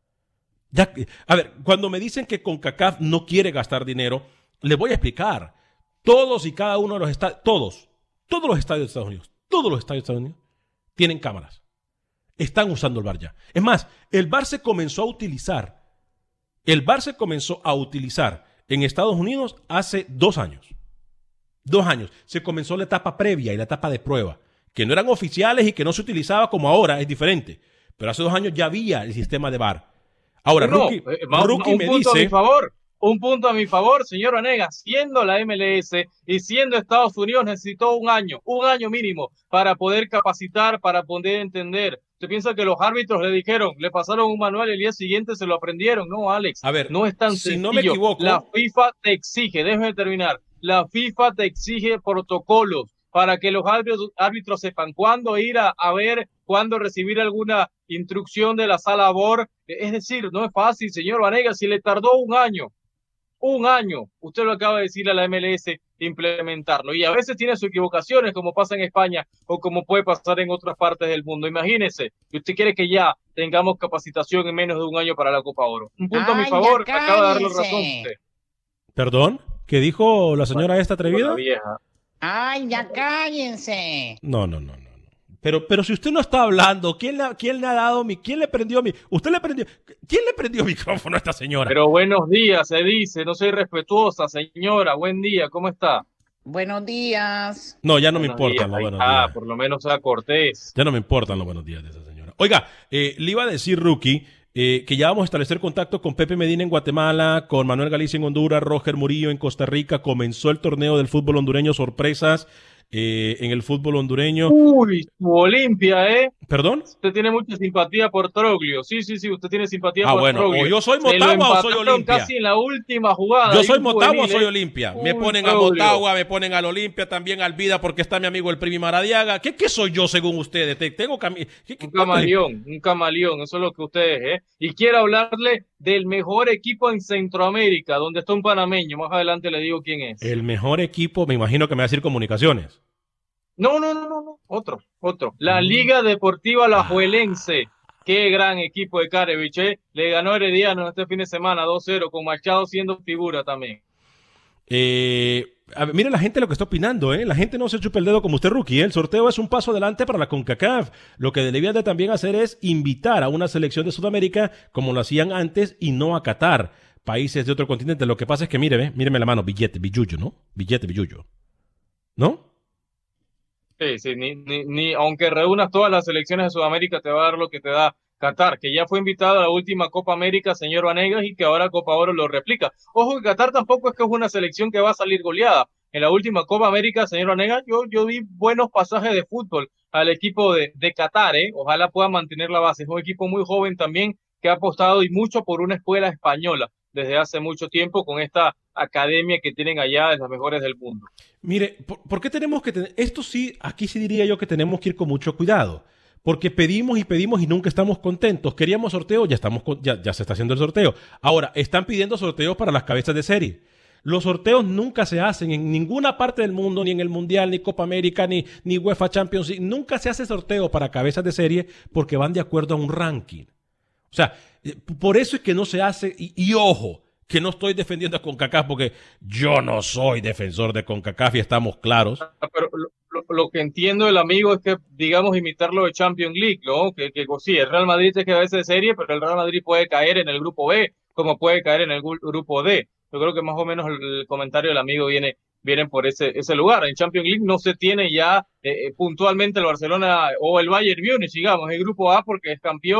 D: Ya, a ver, cuando me dicen que CONCACAF no quiere gastar dinero, les voy a explicar. Todos y cada uno de los estadios, todos, todos los estadios de Estados Unidos, todos los estadios de Estados Unidos tienen cámaras. Están usando el V A R ya. Es más, el V A R se comenzó a utilizar, el V A R se comenzó a utilizar en Estados Unidos hace dos años. Dos años. Se comenzó la etapa previa y la etapa de prueba, que no eran oficiales y que no se utilizaba como ahora, es diferente. Pero hace dos años ya había el sistema de V A R. Ahora,
E: no,
D: Rookie,
E: eh, va,
D: Rookie
E: un
D: me
E: punto
D: dice...
E: a mi favor, un punto a mi favor, señor Vanegas, siendo la M L S y siendo Estados Unidos necesitó un año, un año mínimo para poder capacitar, para poder entender. ¿Usted piensa que los árbitros le dijeron, le pasaron un manual y el día siguiente se lo aprendieron? No, Alex,
D: a ver,
E: no es tan
D: si
E: sencillo.
D: no me equivoco...
E: La FIFA te exige, déjeme terminar, la FIFA te exige protocolos para que los árbitros, árbitros sepan cuándo ir a, a ver, cuándo recibir alguna instrucción de la sala V O R. Es decir, no es fácil, señor Vanegas, si le tardó un año, un año, usted lo acaba de decir a la M L S, implementarlo. Y a veces tiene sus equivocaciones, como pasa en España o como puede pasar en otras partes del mundo. Imagínese, que usted quiere que ya tengamos capacitación en menos de un año para la Copa Oro. Un punto Ay, a mi favor, acaba de darle razón usted.
D: ¿Perdón? ¿Qué dijo la señora esta atrevida?
J: Ay, ya cállense.
D: No, no, no, no. Pero, pero si usted no está hablando, ¿quién le, quién le ha dado mi, quién le prendió mi, usted le prendió, quién le prendió micrófono a esta señora?
E: Pero buenos días, se dice, no soy respetuosa, señora, buen día, ¿cómo está?
J: Buenos días.
D: No, ya no
E: buenos
D: me importan
E: días,
D: los buenos
E: ah,
D: días.
E: por lo menos sea cortés.
D: Ya no me importan los buenos días de esa señora. Oiga, eh, le iba a decir, Rookie, Eh, que ya vamos a establecer contacto con Pepe Medina en Guatemala, con Manuel Galicia en Honduras, Roger Murillo en Costa Rica. Comenzó el torneo del fútbol hondureño, sorpresas eh, en el fútbol hondureño.
E: Uy, su Olimpia, ¿eh?
D: ¿Perdón?
E: Usted tiene mucha simpatía por Troglio. Sí, sí, sí, usted tiene simpatía
D: ah,
E: por
D: bueno,
E: Troglio.
D: O yo soy Motagua o soy Olimpia.
E: Casi en la última jugada.
D: Yo soy Motagua o soy Olimpia.
E: Uy,
D: me ponen
E: Troglio.
D: a Motagua, me ponen al Olimpia, también al Vida, porque está mi amigo el Primi Maradiaga. ¿Qué, qué soy yo según ustedes? Te, tengo cami ¿Qué, qué,
E: un camaleón, un camaleón, eso es lo que ustedes, ¿eh? Y quiero hablarle del mejor equipo en Centroamérica, donde está un panameño. Más adelante le digo quién es.
D: El mejor equipo, me imagino que me va a decir Comunicaciones.
E: No, no, no, no, no, otro, otro. La Liga Deportiva Alajuelense. Qué gran equipo de Karevich, ¿eh? Le ganó a Herediano este fin de semana dos cero, con Machado siendo figura también.
D: Eh, a ver, mire la gente lo que está opinando, ¿eh? La gente no se chupa el dedo como usted, Rookie, ¿eh? El sorteo es un paso adelante para la CONCACAF. Lo que debían de también hacer es invitar a una selección de Sudamérica como lo hacían antes y no a Qatar, países de otro continente. Lo que pasa es que, mire, ¿eh? Míreme la mano, billete, billuyo, ¿no? Billete, billuyo. ¿No?
E: Sí, sí, ni, ni, ni aunque reúnas todas las selecciones de Sudamérica te va a dar lo que te da Qatar, que ya fue invitado a la última Copa América, señor Vanegas, y que ahora Copa Oro lo replica. Ojo que Qatar tampoco es que es una selección que va a salir goleada. En la última Copa América, señor Vanegas, yo, yo vi buenos pasajes de fútbol al equipo de, de Qatar, ¿eh? Ojalá pueda mantener la base. Es un equipo muy joven también que ha apostado y mucho por una escuela española desde hace mucho tiempo con esta academia que tienen allá de las mejores del mundo.
D: Mire, ¿por, ¿por qué tenemos que tener? Esto sí, aquí sí diría yo que tenemos que ir con mucho cuidado. Porque pedimos y pedimos y nunca estamos contentos. Queríamos sorteo, ya, estamos con, ya, ya se está haciendo el sorteo. Ahora, están pidiendo sorteos para las cabezas de serie. Los sorteos nunca se hacen en ninguna parte del mundo, ni en el Mundial, ni Copa América, ni, ni UEFA Champions League. Nunca se hace sorteo para cabezas de serie porque van de acuerdo a un ranking. O sea, por eso es que no se hace, y, y ojo, que no estoy defendiendo a CONCACAF porque yo no soy defensor de CONCACAF y estamos claros.
E: Pero lo, lo, lo que entiendo del amigo es que, digamos, imitarlo de Champions League, ¿no? Que, que sí, el Real Madrid es que a veces de serie, pero el Real Madrid puede caer en el grupo B, como puede caer en el grupo D. Yo creo que más o menos el comentario del amigo viene, viene por ese, ese lugar. En Champions League no se tiene ya eh, puntualmente el Barcelona o el Bayern Múnich, digamos, el grupo A porque es campeón o,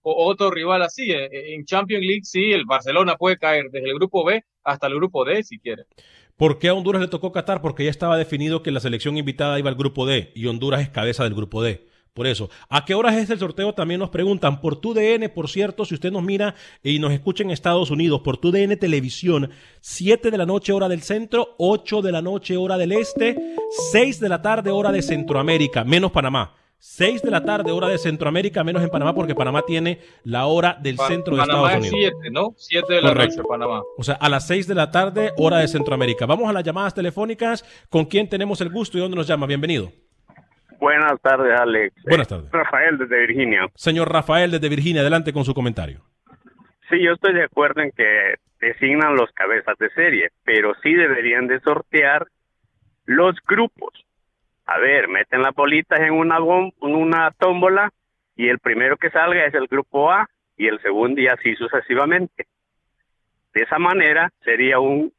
E: o otro rival así. En Champions League sí, el Barcelona puede caer desde el grupo B hasta el grupo D si quiere.
D: ¿Por qué a Honduras le tocó Qatar? Porque ya estaba definido que la selección invitada iba al grupo D y Honduras es cabeza del grupo D. Por eso, ¿a qué horas es el sorteo? También nos preguntan. Por tu D N, por cierto, si usted nos mira y nos escucha en Estados Unidos, por tu D N Televisión, siete de la noche hora del centro, ocho de la noche hora del este, seis de la tarde hora de Centroamérica, menos Panamá. seis de la tarde hora de Centroamérica, menos en Panamá, porque Panamá tiene la hora del
E: Pa
D: centro de
E: Panamá
D: Estados
E: es
D: Unidos.
E: siete, ¿no? siete de la
D: Correcto.
E: noche, Panamá.
D: O sea, a las seis de la tarde hora de Centroamérica. Vamos a las llamadas telefónicas. ¿Con quién tenemos el gusto y dónde nos llama? Bienvenido.
K: Buenas tardes, Alex.
D: Buenas tardes.
K: Rafael, desde Virginia.
D: Señor Rafael, desde Virginia, adelante con su comentario.
K: Sí, yo estoy de acuerdo en que designan los cabezas de serie, pero sí deberían de sortear los grupos. A ver, meten las bolitas en una, bom en una tómbola y el primero que salga es el grupo A y el segundo y así sucesivamente. De esa manera sería un...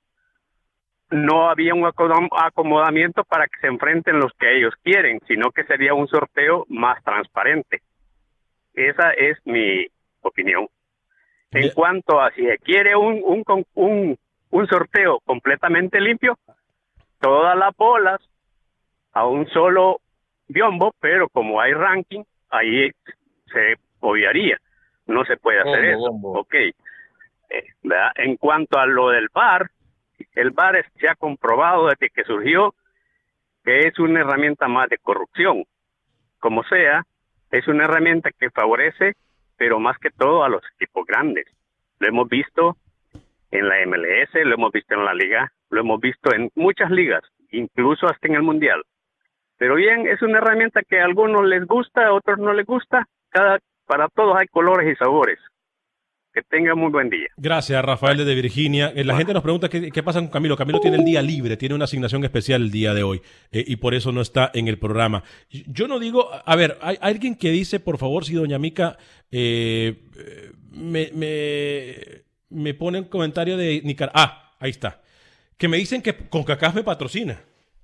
K: no había un acomodamiento para que se enfrenten los que ellos quieren, sino que sería un sorteo más transparente. Esa es mi opinión. En yeah. cuanto a si se quiere un, un, un, un sorteo completamente limpio, todas las bolas a un solo biombo, pero como hay ranking, ahí se obviaría. No se puede hacer bombo, eso. Bombo. Ok. Eh, ¿verdad? En cuanto a lo del V A R, el V A R se ha comprobado desde que surgió que es una herramienta más de corrupción. Como sea, es una herramienta que favorece, pero más que todo a los equipos grandes. Lo hemos visto en la M L S, lo hemos visto en la Liga, lo hemos visto en muchas ligas, incluso hasta en el Mundial. Pero bien, es una herramienta que a algunos les gusta, a otros no les gusta. Cada, para todos hay colores y sabores. Que tenga muy buen día.
D: Gracias, Rafael desde Virginia. La gente nos pregunta qué, qué pasa con Camilo. Camilo tiene el día libre, tiene una asignación especial el día de hoy eh, y por eso no está en el programa. Yo no digo, a ver, hay, hay alguien que dice, por favor, si doña Mica eh, me, me, me pone un comentario de Nicaragua. Ah, ahí está. Que me dicen que CONCACAF me patrocina.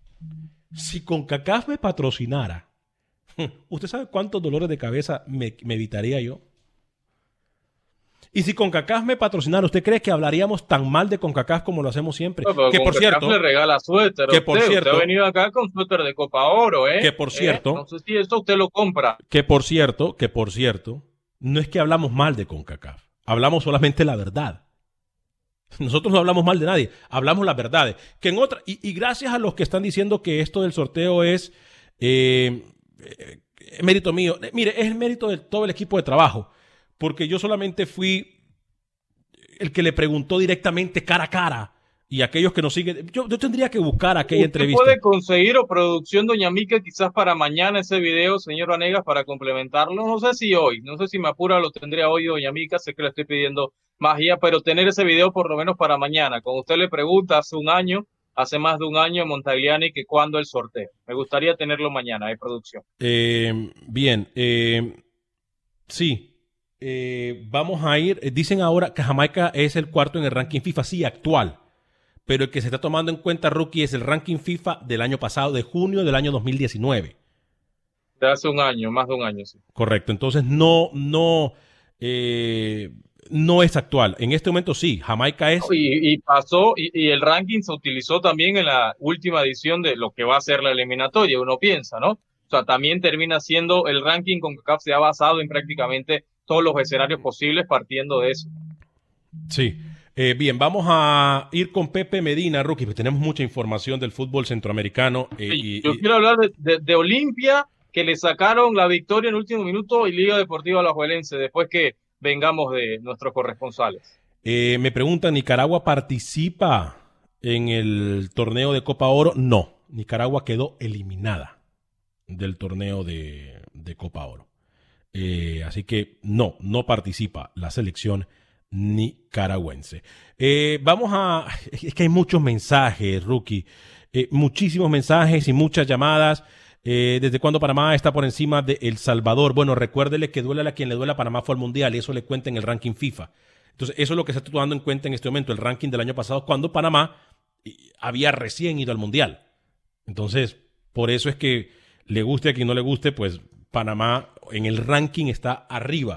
D: Si CONCACAF me patrocinara, ¿usted sabe cuántos dolores de cabeza me, me evitaría yo? Y si CONCACAF me patrocinara, ¿usted cree que hablaríamos tan mal de CONCACAF como lo hacemos siempre?
E: No,
D: que por cierto,
E: le regala suéter.
D: Que por
E: usted,
D: cierto,
E: usted ha venido acá con suéter de Copa Oro, ¿eh?
D: Que por cierto,
E: ¿Eh? No sé si eso usted lo compra.
D: Que por cierto, que por cierto, no es que hablamos mal de CONCACAF, hablamos solamente la verdad. Nosotros no hablamos mal de nadie, hablamos las verdades. Que en otra, y, y gracias a los que están diciendo que esto del sorteo es eh, eh, mérito mío. Eh, mire, es el mérito de todo el equipo de trabajo, porque yo solamente fui el que le preguntó directamente cara a cara. Y aquellos que nos siguen, yo, yo tendría que buscar aquella
E: ¿Usted
D: entrevista.
E: puede conseguir o producción, doña Mica, quizás para mañana ese video, señor Vanegas, para complementarlo? No sé si hoy, no sé si me apura, lo tendría hoy, doña Mica, sé que le estoy pidiendo magia, pero tener ese video por lo menos para mañana. Cuando usted le pregunta hace un año, hace más de un año a Montagliani que cuándo el sorteo. Me gustaría tenerlo mañana, de producción.
D: Eh, bien, eh, sí. Eh, vamos a ir, dicen ahora que Jamaica es el cuarto en el ranking FIFA, sí, actual. Pero el que se está tomando en cuenta, Rookie, es el ranking FIFA del año pasado, de junio del año dos mil diecinueve.
E: De hace un año, más de un año, sí.
D: Correcto, entonces no, no, eh, no es actual. En este momento sí, Jamaica es...
E: Y, y pasó, y, y el ranking se utilizó también en la última edición de lo que va a ser la eliminatoria, uno piensa, ¿no? O sea, también termina siendo el ranking con CONCACAF se ha basado en prácticamente todos los escenarios posibles partiendo de eso.
D: Sí. Eh, bien, vamos a ir con Pepe Medina, Rookie, porque tenemos mucha información del fútbol centroamericano. Eh,
E: sí,
D: y,
E: yo
D: y...
E: quiero hablar de, de, de Olimpia, que le sacaron la victoria en el último minuto, y Liga Deportiva Alajuelense, después que vengamos de nuestros corresponsales.
D: Eh, me preguntan, ¿Nicaragua participa en el torneo de Copa Oro? No, Nicaragua quedó eliminada del torneo de, de Copa Oro. Eh, así que no, no participa la selección nicaragüense. Eh, vamos a... Es que hay muchos mensajes, Rookie. Eh, muchísimos mensajes y muchas llamadas. Eh, ¿Desde cuándo Panamá está por encima de El Salvador? Bueno, recuérdele que duele a quien le duele a Panamá fue al Mundial y eso le cuenta en el ranking FIFA. Entonces, eso es lo que se está tomando en cuenta en este momento, el ranking del año pasado, cuando Panamá había recién ido al Mundial. Entonces, por eso es que le guste a quien no le guste, pues Panamá en el ranking está arriba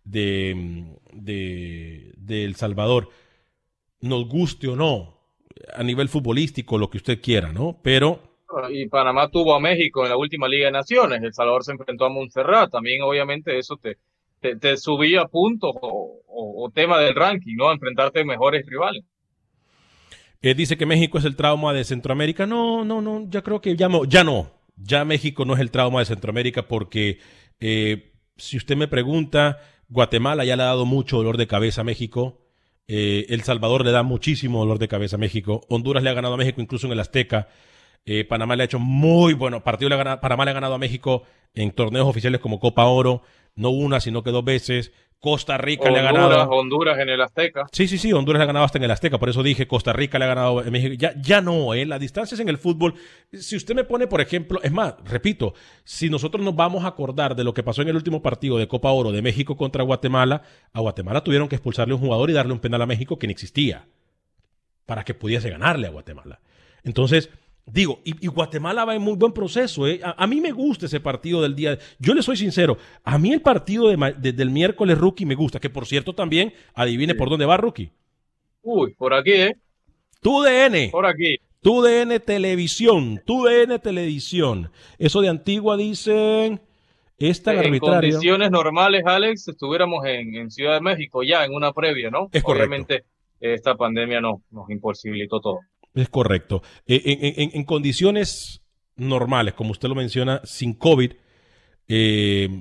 D: de, de, de El Salvador, nos guste o no, a nivel futbolístico, lo que usted quiera, ¿no? Pero...
E: Y Panamá tuvo a México en la última Liga de Naciones, El Salvador se enfrentó a Montserrat, también obviamente eso te, te, te subía puntos o, o, o tema del ranking, ¿no? Enfrentarte a mejores rivales.
D: Eh, dice que México es el trauma de Centroamérica. No, no, no, ya creo que ya no, ya no. Ya México no es el trauma de Centroamérica porque eh, si usted me pregunta, Guatemala ya le ha dado mucho dolor de cabeza a México. Eh, El Salvador le da muchísimo dolor de cabeza a México. Honduras le ha ganado a México incluso en el Azteca. Eh, Panamá le ha hecho muy bueno partido. Le ha ganado, Panamá le ha ganado a México en torneos oficiales como Copa Oro. No una, sino que dos veces. Costa Rica
E: Honduras,
D: le ha ganado.
E: Honduras en el Azteca.
D: Sí, sí, sí, Honduras le ha ganado hasta en el Azteca, por eso dije, Costa Rica le ha ganado en México. Ya, ya no, ¿eh? Las distancias en el fútbol, si usted me pone, por ejemplo, es más, repito, si nosotros nos vamos a acordar de lo que pasó en el último partido de Copa Oro de México contra Guatemala, a Guatemala tuvieron que expulsarle a un jugador y darle un penal a México que no existía, para que pudiese ganarle a Guatemala. Entonces... Digo, y, y Guatemala va en muy buen proceso. ¿eh? A, a mí me gusta ese partido del día. Yo le soy sincero, a mí el partido de, de, del miércoles rookie me gusta, que por cierto también, adivine sí. por dónde va rookie.
E: Uy, por aquí, ¿eh?
D: Tu D N.
E: Por aquí.
D: Tu D N Televisión. Tu D N Televisión. Eso de Antigua dicen... Esta
E: en
D: arbitrario.
E: condiciones normales, Alex, estuviéramos en, en Ciudad de México ya en una previa, ¿no?
D: Es
E: Obviamente esta pandemia no, nos imposibilitó todo.
D: Es correcto. En, en, en condiciones normales, como usted lo menciona, sin COVID, eh,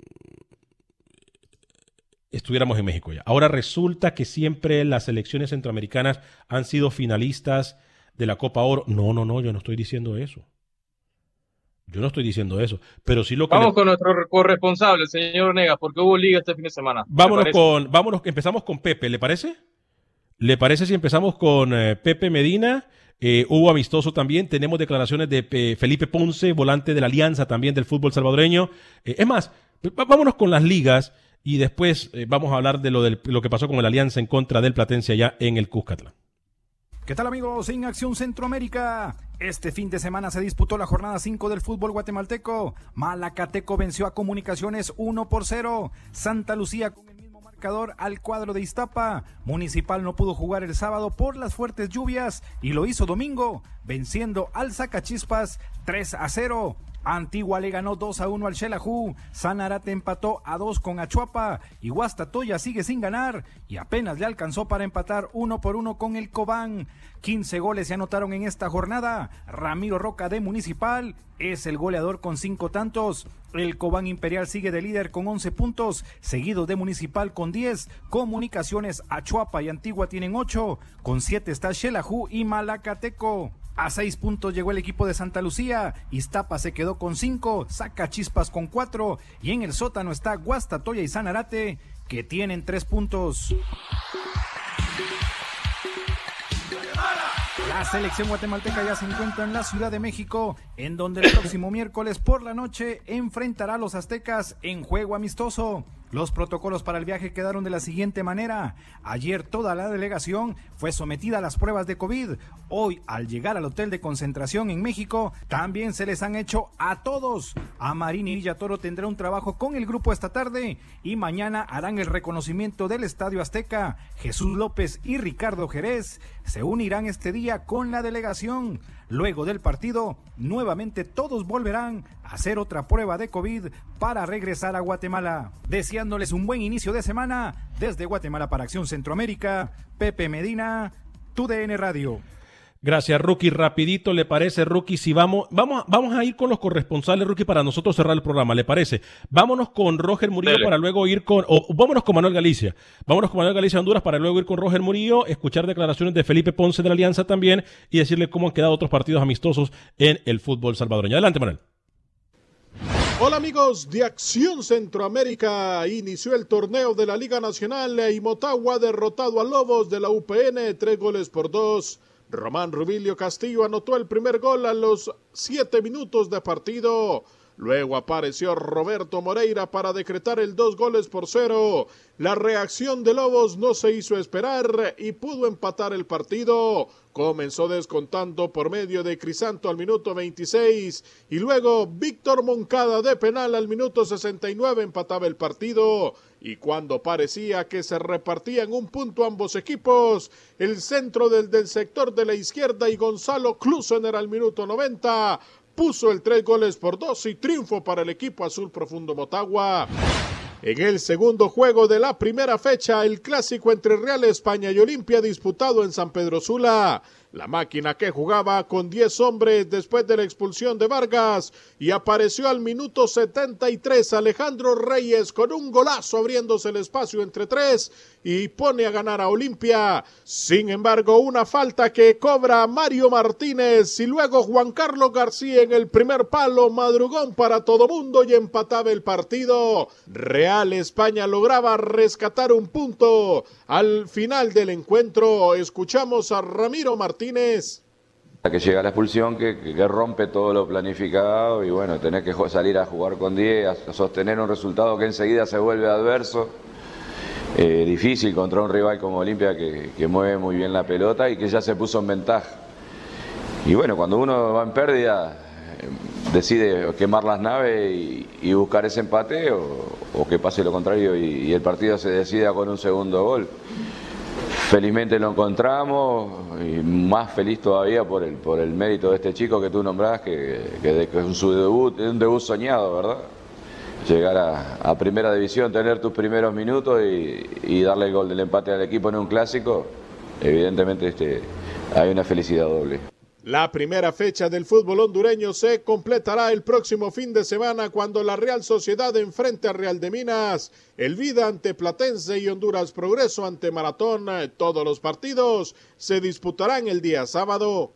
D: estuviéramos en México ya. Ahora resulta que siempre las selecciones centroamericanas han sido finalistas de la Copa Oro. No, no, no, yo no estoy diciendo eso. Yo no estoy diciendo eso. Pero sí lo que...
E: Vamos
D: le...
E: con nuestro corresponsable, señor Negas, porque hubo liga este fin de semana.
D: Vámonos con, vámonos, empezamos con Pepe, ¿le parece? ¿Le parece si empezamos con eh, Pepe Medina? Eh, hubo amistoso también. Tenemos declaraciones de eh, Felipe Ponce, volante de la Alianza también del fútbol salvadoreño. Eh, es más, vámonos con las ligas y después eh, vamos a hablar de lo, del, lo que pasó con el Alianza en contra del Platense allá en el Cuscatlán.
L: ¿Qué tal, amigos? En Acción Centroamérica. Este fin de semana se disputó la jornada cinco del fútbol guatemalteco. Malacateco venció a Comunicaciones uno por cero. Santa Lucía con el mismo marcador al cuadro de Iztapa. Municipal no pudo jugar el sábado por las fuertes lluvias y lo hizo domingo, venciendo al Zacachispas tres a cero. Antigua le ganó dos a uno al Xelajú, Sanarate empató a dos con Achuapa y Guastatoya sigue sin ganar y apenas le alcanzó para empatar uno por uno con el Cobán. quince goles se anotaron en esta jornada. Ramiro Roca de Municipal es el goleador con cinco tantos. El Cobán Imperial sigue de líder con once puntos, seguido de Municipal con diez. Comunicaciones, Achuapa y Antigua tienen ocho, con siete está Xelajú y Malacateco. A seis puntos llegó el equipo de Santa Lucía, Iztapa se quedó con cinco, Zacachispas con cuatro y en el sótano está Guastatoya y Sanarate que tienen tres puntos. La selección guatemalteca ya se encuentra en la Ciudad de México, en donde el próximo miércoles por la noche enfrentará a los aztecas en juego amistoso. Los protocolos para el viaje quedaron de la siguiente manera. Ayer toda la delegación fue sometida a las pruebas de COVID. Hoy, al llegar al hotel de concentración en México, también se les han hecho a todos. Amarín y Villatoro tendrá un trabajo con el grupo esta tarde y mañana harán el reconocimiento del Estadio Azteca. Jesús López y Ricardo Jerez se unirán este día con la delegación. Luego del partido, nuevamente todos volverán a hacer otra prueba de COVID para regresar a Guatemala. Deseándoles un buen inicio de semana, desde Guatemala para Acción Centroamérica, Pepe Medina, Tu D N Radio.
D: Gracias, Rookie. Rapidito, ¿le parece, Rookie? Si vamos, vamos, vamos a ir con los corresponsales, Rookie, para nosotros cerrar el programa, ¿le parece? Vámonos con Roger Murillo Dele. para luego ir con, o vámonos con Manuel Galicia. Vámonos con Manuel Galicia de Honduras para luego ir con Roger Murillo, escuchar declaraciones de Felipe Ponce de la Alianza también y decirle cómo han quedado otros partidos amistosos en el fútbol salvadoreño. Adelante, Manuel.
M: Hola amigos de Acción Centroamérica, inició el torneo de la Liga Nacional y Motagua ha derrotado a Lobos de la U P N, tres goles por dos. Román Rubilio Castillo anotó el primer gol a los siete minutos de partido. Luego apareció Roberto Moreira para decretar el dos goles por cero. La reacción de Lobos no se hizo esperar y pudo empatar el partido. Comenzó descontando por medio de Crisanto al minuto veintiséis y luego Víctor Moncada de penal al minuto sesenta y nueve empataba el partido. y cuando parecía que se repartían un punto ambos equipos, el centro del, del sector de la izquierda y Gonzalo Klusener al minuto noventa puso el tres goles por dos y triunfo para el equipo azul profundo Motagua. En el segundo juego de la primera fecha, el clásico entre Real España y Olimpia disputado en San Pedro Sula. La máquina que jugaba con diez hombres después de la expulsión de Vargas y apareció al minuto setenta y tres Alejandro Reyes con un golazo abriéndose el espacio entre tres y pone a ganar a Olimpia. Sin embargo, una falta que cobra Mario Martínez y luego Juan Carlos García en el primer palo, madrugón para todo mundo y empataba el partido. Real España lograba rescatar un punto al final del encuentro. Escuchamos a Ramiro Martínez.
N: Que llega la expulsión que, que, que rompe todo lo planificado y bueno, tener que salir a jugar con diez, a sostener un resultado que enseguida se vuelve adverso. Eh, difícil contra un rival como Olimpia que, que mueve muy bien la pelota y que ya se puso en ventaja. Y bueno, cuando uno va en pérdida, eh, decide quemar las naves y, y buscar ese empate o, o que pase lo contrario y, y el partido se decida con un segundo gol. Felizmente lo encontramos y más feliz todavía por el, por el mérito de este chico que tú nombrás, que, que, que es su debut, es un debut soñado, ¿verdad? Llegar a, a primera división, tener tus primeros minutos y, y darle el gol del empate al equipo en un clásico, evidentemente este, hay una felicidad doble.
M: La primera fecha del fútbol hondureño se completará el próximo fin de semana cuando la Real Sociedad enfrente a Real de Minas, el Vida ante Platense y Honduras Progreso ante Maratón. Todos los partidos se disputarán el día sábado.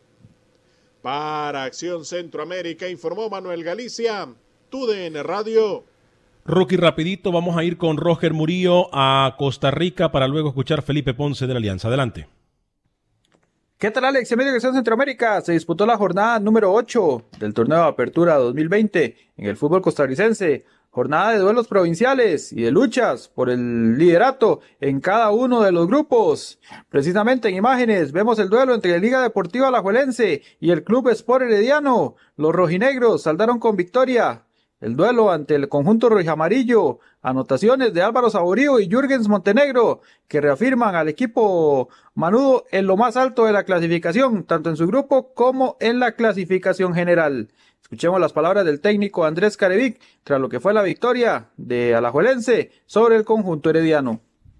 M: Para Acción Centroamérica informó Manuel Galicia, T U D N Radio.
D: Rookie, rapidito, vamos a ir con Roger Murillo a Costa Rica para luego escuchar Felipe Ponce de la Alianza. Adelante.
O: ¿Qué tal, Alex? En medio de Acción Centroamérica se disputó la jornada número ocho del torneo de Apertura dos mil veinte en el fútbol costarricense. Jornada de duelos provinciales y de luchas por el liderato en cada uno de los grupos. Precisamente en imágenes vemos el duelo entre la Liga Deportiva Alajuelense y el Club Sport Herediano. Los rojinegros saldaron con victoria el duelo ante el conjunto rojamarillo. Anotaciones de Álvaro Saborío y Jürgens Montenegro, que reafirman al equipo manudo en lo más alto de la clasificación, tanto en su grupo como en la clasificación general. Escuchemos las palabras del técnico Andrés Carevic tras lo que fue la victoria de Alajuelense sobre el conjunto herediano.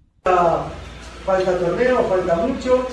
P: Falta torneo, falta mucho,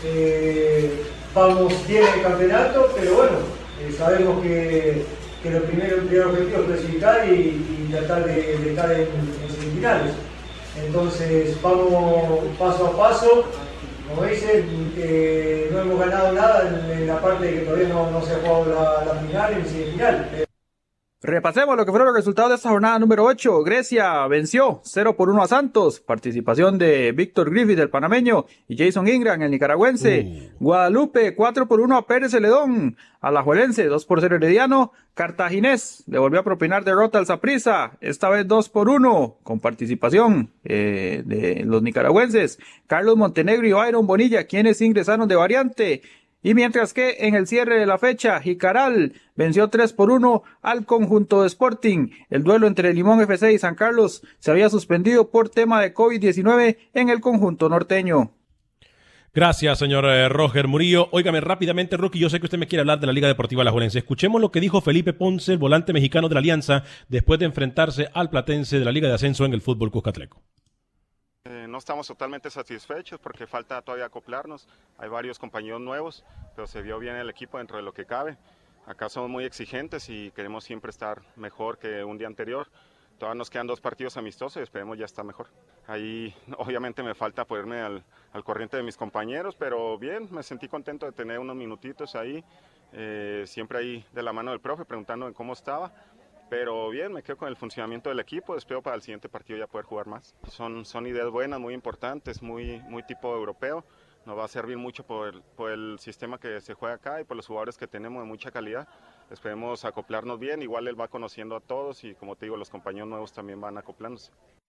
P: eh, vamos bien en el campeonato, pero bueno, eh, sabemos que, que lo primero, el primer objetivo es clasificar y, y tratar de, de estar en, en semifinales. Entonces vamos paso a paso. Como dicen, eh, no hemos ganado nada en, en la parte de que todavía no, no se ha jugado la, la final ni semifinal. Eh.
O: Repasemos lo que fueron los resultados de esta jornada número ocho. Grecia venció cero por uno a Santos. Participación de Víctor Griffith, el panameño, y Jason Ingram, el nicaragüense. Uh. Guadalupe cuatro por uno a Pérez Celedón. Alajuelense dos por cero Herediano. Cartaginés le volvió a propinar derrota al Saprissa, esta vez dos por uno, con participación eh, de los nicaragüenses. Carlos Montenegro y Byron Bonilla, quienes ingresaron de variante. Y mientras que en el cierre de la fecha, Jicaral venció tres por uno al conjunto de Sporting. El duelo entre Limón F C y San Carlos se había suspendido por tema de COVID diecinueve en el conjunto norteño.
D: Gracias, señor eh, Roger Murillo. Óigame rápidamente, Rookie, yo sé que usted me quiere hablar de la Liga Deportiva Alajuelense. Escuchemos lo que dijo Felipe Ponce, el volante mexicano de la Alianza, después de enfrentarse al Platense de la Liga de Ascenso en el fútbol cuscatleco.
Q: Eh, no estamos totalmente satisfechos porque falta todavía acoplarnos. Hay varios compañeros nuevos, pero se vio bien el equipo dentro de lo que cabe. Acá somos muy exigentes y queremos siempre estar mejor que un día anterior. Todavía nos quedan dos partidos amistosos y esperemos ya estar mejor. Ahí obviamente me falta ponerme al, al corriente de mis compañeros, pero bien, me sentí contento de tener unos minutitos ahí, eh, siempre ahí de la mano del profe preguntándome cómo estaba. Pero bien, me quedo con el funcionamiento del equipo, espero para el siguiente partido ya poder jugar más. Son, son ideas buenas, muy importantes, muy, muy tipo europeo. Nos va a servir mucho por el, por el sistema que se juega acá y por los jugadores que tenemos de mucha calidad. Esperemos acoplarnos bien, igual él va conociendo a todos y como te digo, los compañeros nuevos también van acoplándose.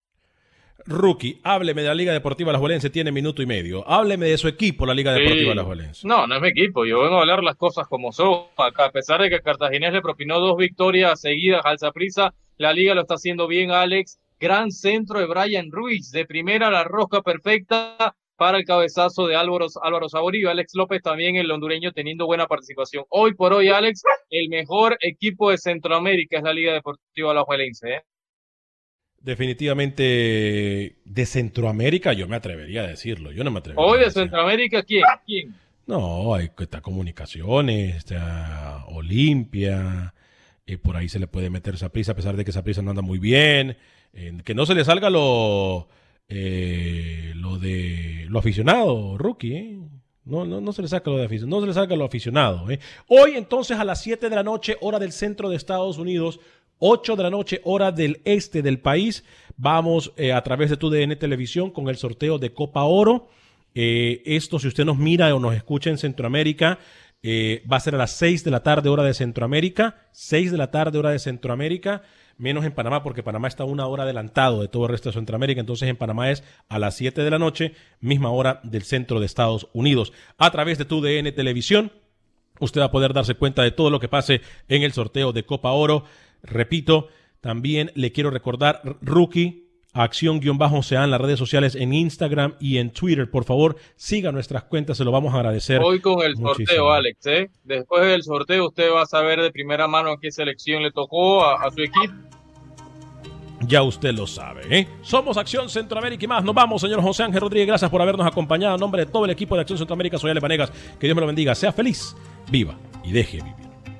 D: Rookie, hábleme de la Liga Deportiva Alajuelense, tiene minuto y medio. Hábleme de su equipo, la Liga Deportiva sí. Alajuelense.
E: No, no es mi equipo, yo vengo a hablar las cosas como son. Acá, a pesar de que Cartaginés le propinó dos victorias seguidas al Saprissa, la Liga lo está haciendo bien, Alex. Gran centro de Brian Ruiz. De primera la rosca perfecta para el cabezazo de Álvaro, Álvaro Saborío. Alex López también, el hondureño, teniendo buena participación. Hoy por hoy, Alex, el mejor equipo de Centroamérica es la Liga Deportiva Alajuelense, ¿eh?
D: Definitivamente de Centroamérica, yo me atrevería a decirlo. Yo no me atrevería.
E: Hoy de Centroamérica, ¿quién? ¿Quién?
D: No, hay está Comunicaciones, está Olimpia, eh, por ahí se le puede meter Saprissa, a pesar de que Saprissa no anda muy bien, eh, que no se le salga lo, eh, lo de lo aficionado, rookie, ¿eh? No, no, no se le saca lo de aficionado, no se le saca lo aficionado, ¿eh? Hoy entonces a las siete de la noche, hora del centro de Estados Unidos, ocho de la noche, hora del este del país, vamos eh, a través de T U D N Televisión con el sorteo de Copa Oro. Eh, esto, si usted nos mira o nos escucha en Centroamérica, eh, va a ser a las seis de la tarde, hora de Centroamérica, seis de la tarde, hora de Centroamérica, menos en Panamá, porque Panamá está una hora adelantado de todo el resto de Centroamérica, entonces en Panamá es a las siete de la noche, misma hora del centro de Estados Unidos. A través de T U D N Televisión, usted va a poder darse cuenta de todo lo que pase en el sorteo de Copa Oro. Repito, también le quiero recordar, Rookie, Acción-Ocean, las redes sociales en Instagram y en Twitter. Por favor, siga nuestras cuentas, se lo vamos a agradecer.
E: Hoy con el
D: muchísimo.
E: sorteo, Alex, ¿eh? Después del sorteo usted va a saber de primera mano qué selección le tocó a, a su equipo.
D: Ya usted lo sabe, ¿eh? Somos Acción Centroamérica y más. Nos vamos, señor José Ángel Rodríguez. Gracias por habernos acompañado. En nombre de todo el equipo de Acción Centroamérica, soy Ale Vanegas. Que Dios me lo bendiga. Sea feliz, viva y deje vivir.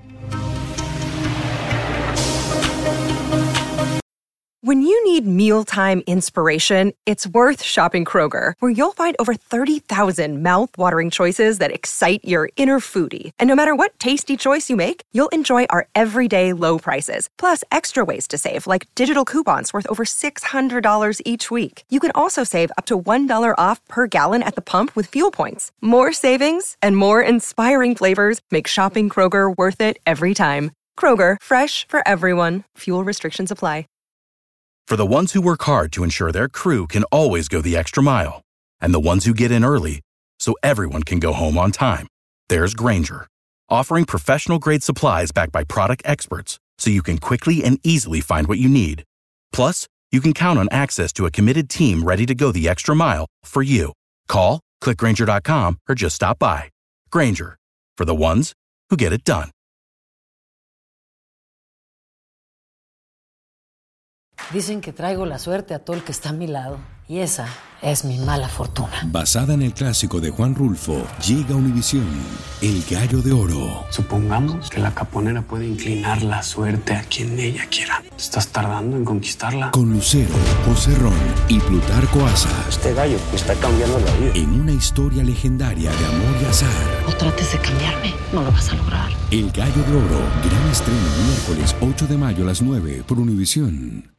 R: When you need mealtime inspiration, it's worth shopping Kroger, where you'll find over thirty thousand mouth-watering choices that excite your inner foodie. And no matter what tasty choice you make, you'll enjoy our everyday low prices, plus extra ways to save, like digital coupons worth over six hundred dollars each week. You can also save up to one dollar off per gallon at the pump with fuel points. More savings and more inspiring flavors make shopping Kroger worth it every time. Kroger, fresh for everyone. Fuel restrictions apply.
S: For the ones who work hard to ensure their crew can always go the extra mile, and the ones who get in early so everyone can go home on time, there's Grainger, offering professional-grade supplies backed by product experts so you can quickly and easily find what you need. Plus, you can count on access to a committed team ready to go the extra mile for you. Call, click Grainger dot com, or just stop by. Grainger, for the ones who get it done.
T: Dicen que traigo la suerte a todo el que está a mi lado. Y esa es mi mala fortuna.
U: Basada en el clásico de Juan Rulfo, llega a Univisión, El Gallo de Oro.
V: Supongamos que la caponera puede inclinar la suerte a quien ella quiera. ¿Estás tardando en conquistarla?
U: Con Lucero, José Ron y Plutarco Asa.
V: Este gallo te está cambiando la vida.
U: En una historia legendaria de amor y azar.
T: No trates de cambiarme, no lo vas a lograr.
U: El Gallo de Oro, gran estreno miércoles ocho de mayo a las nueve por Univisión.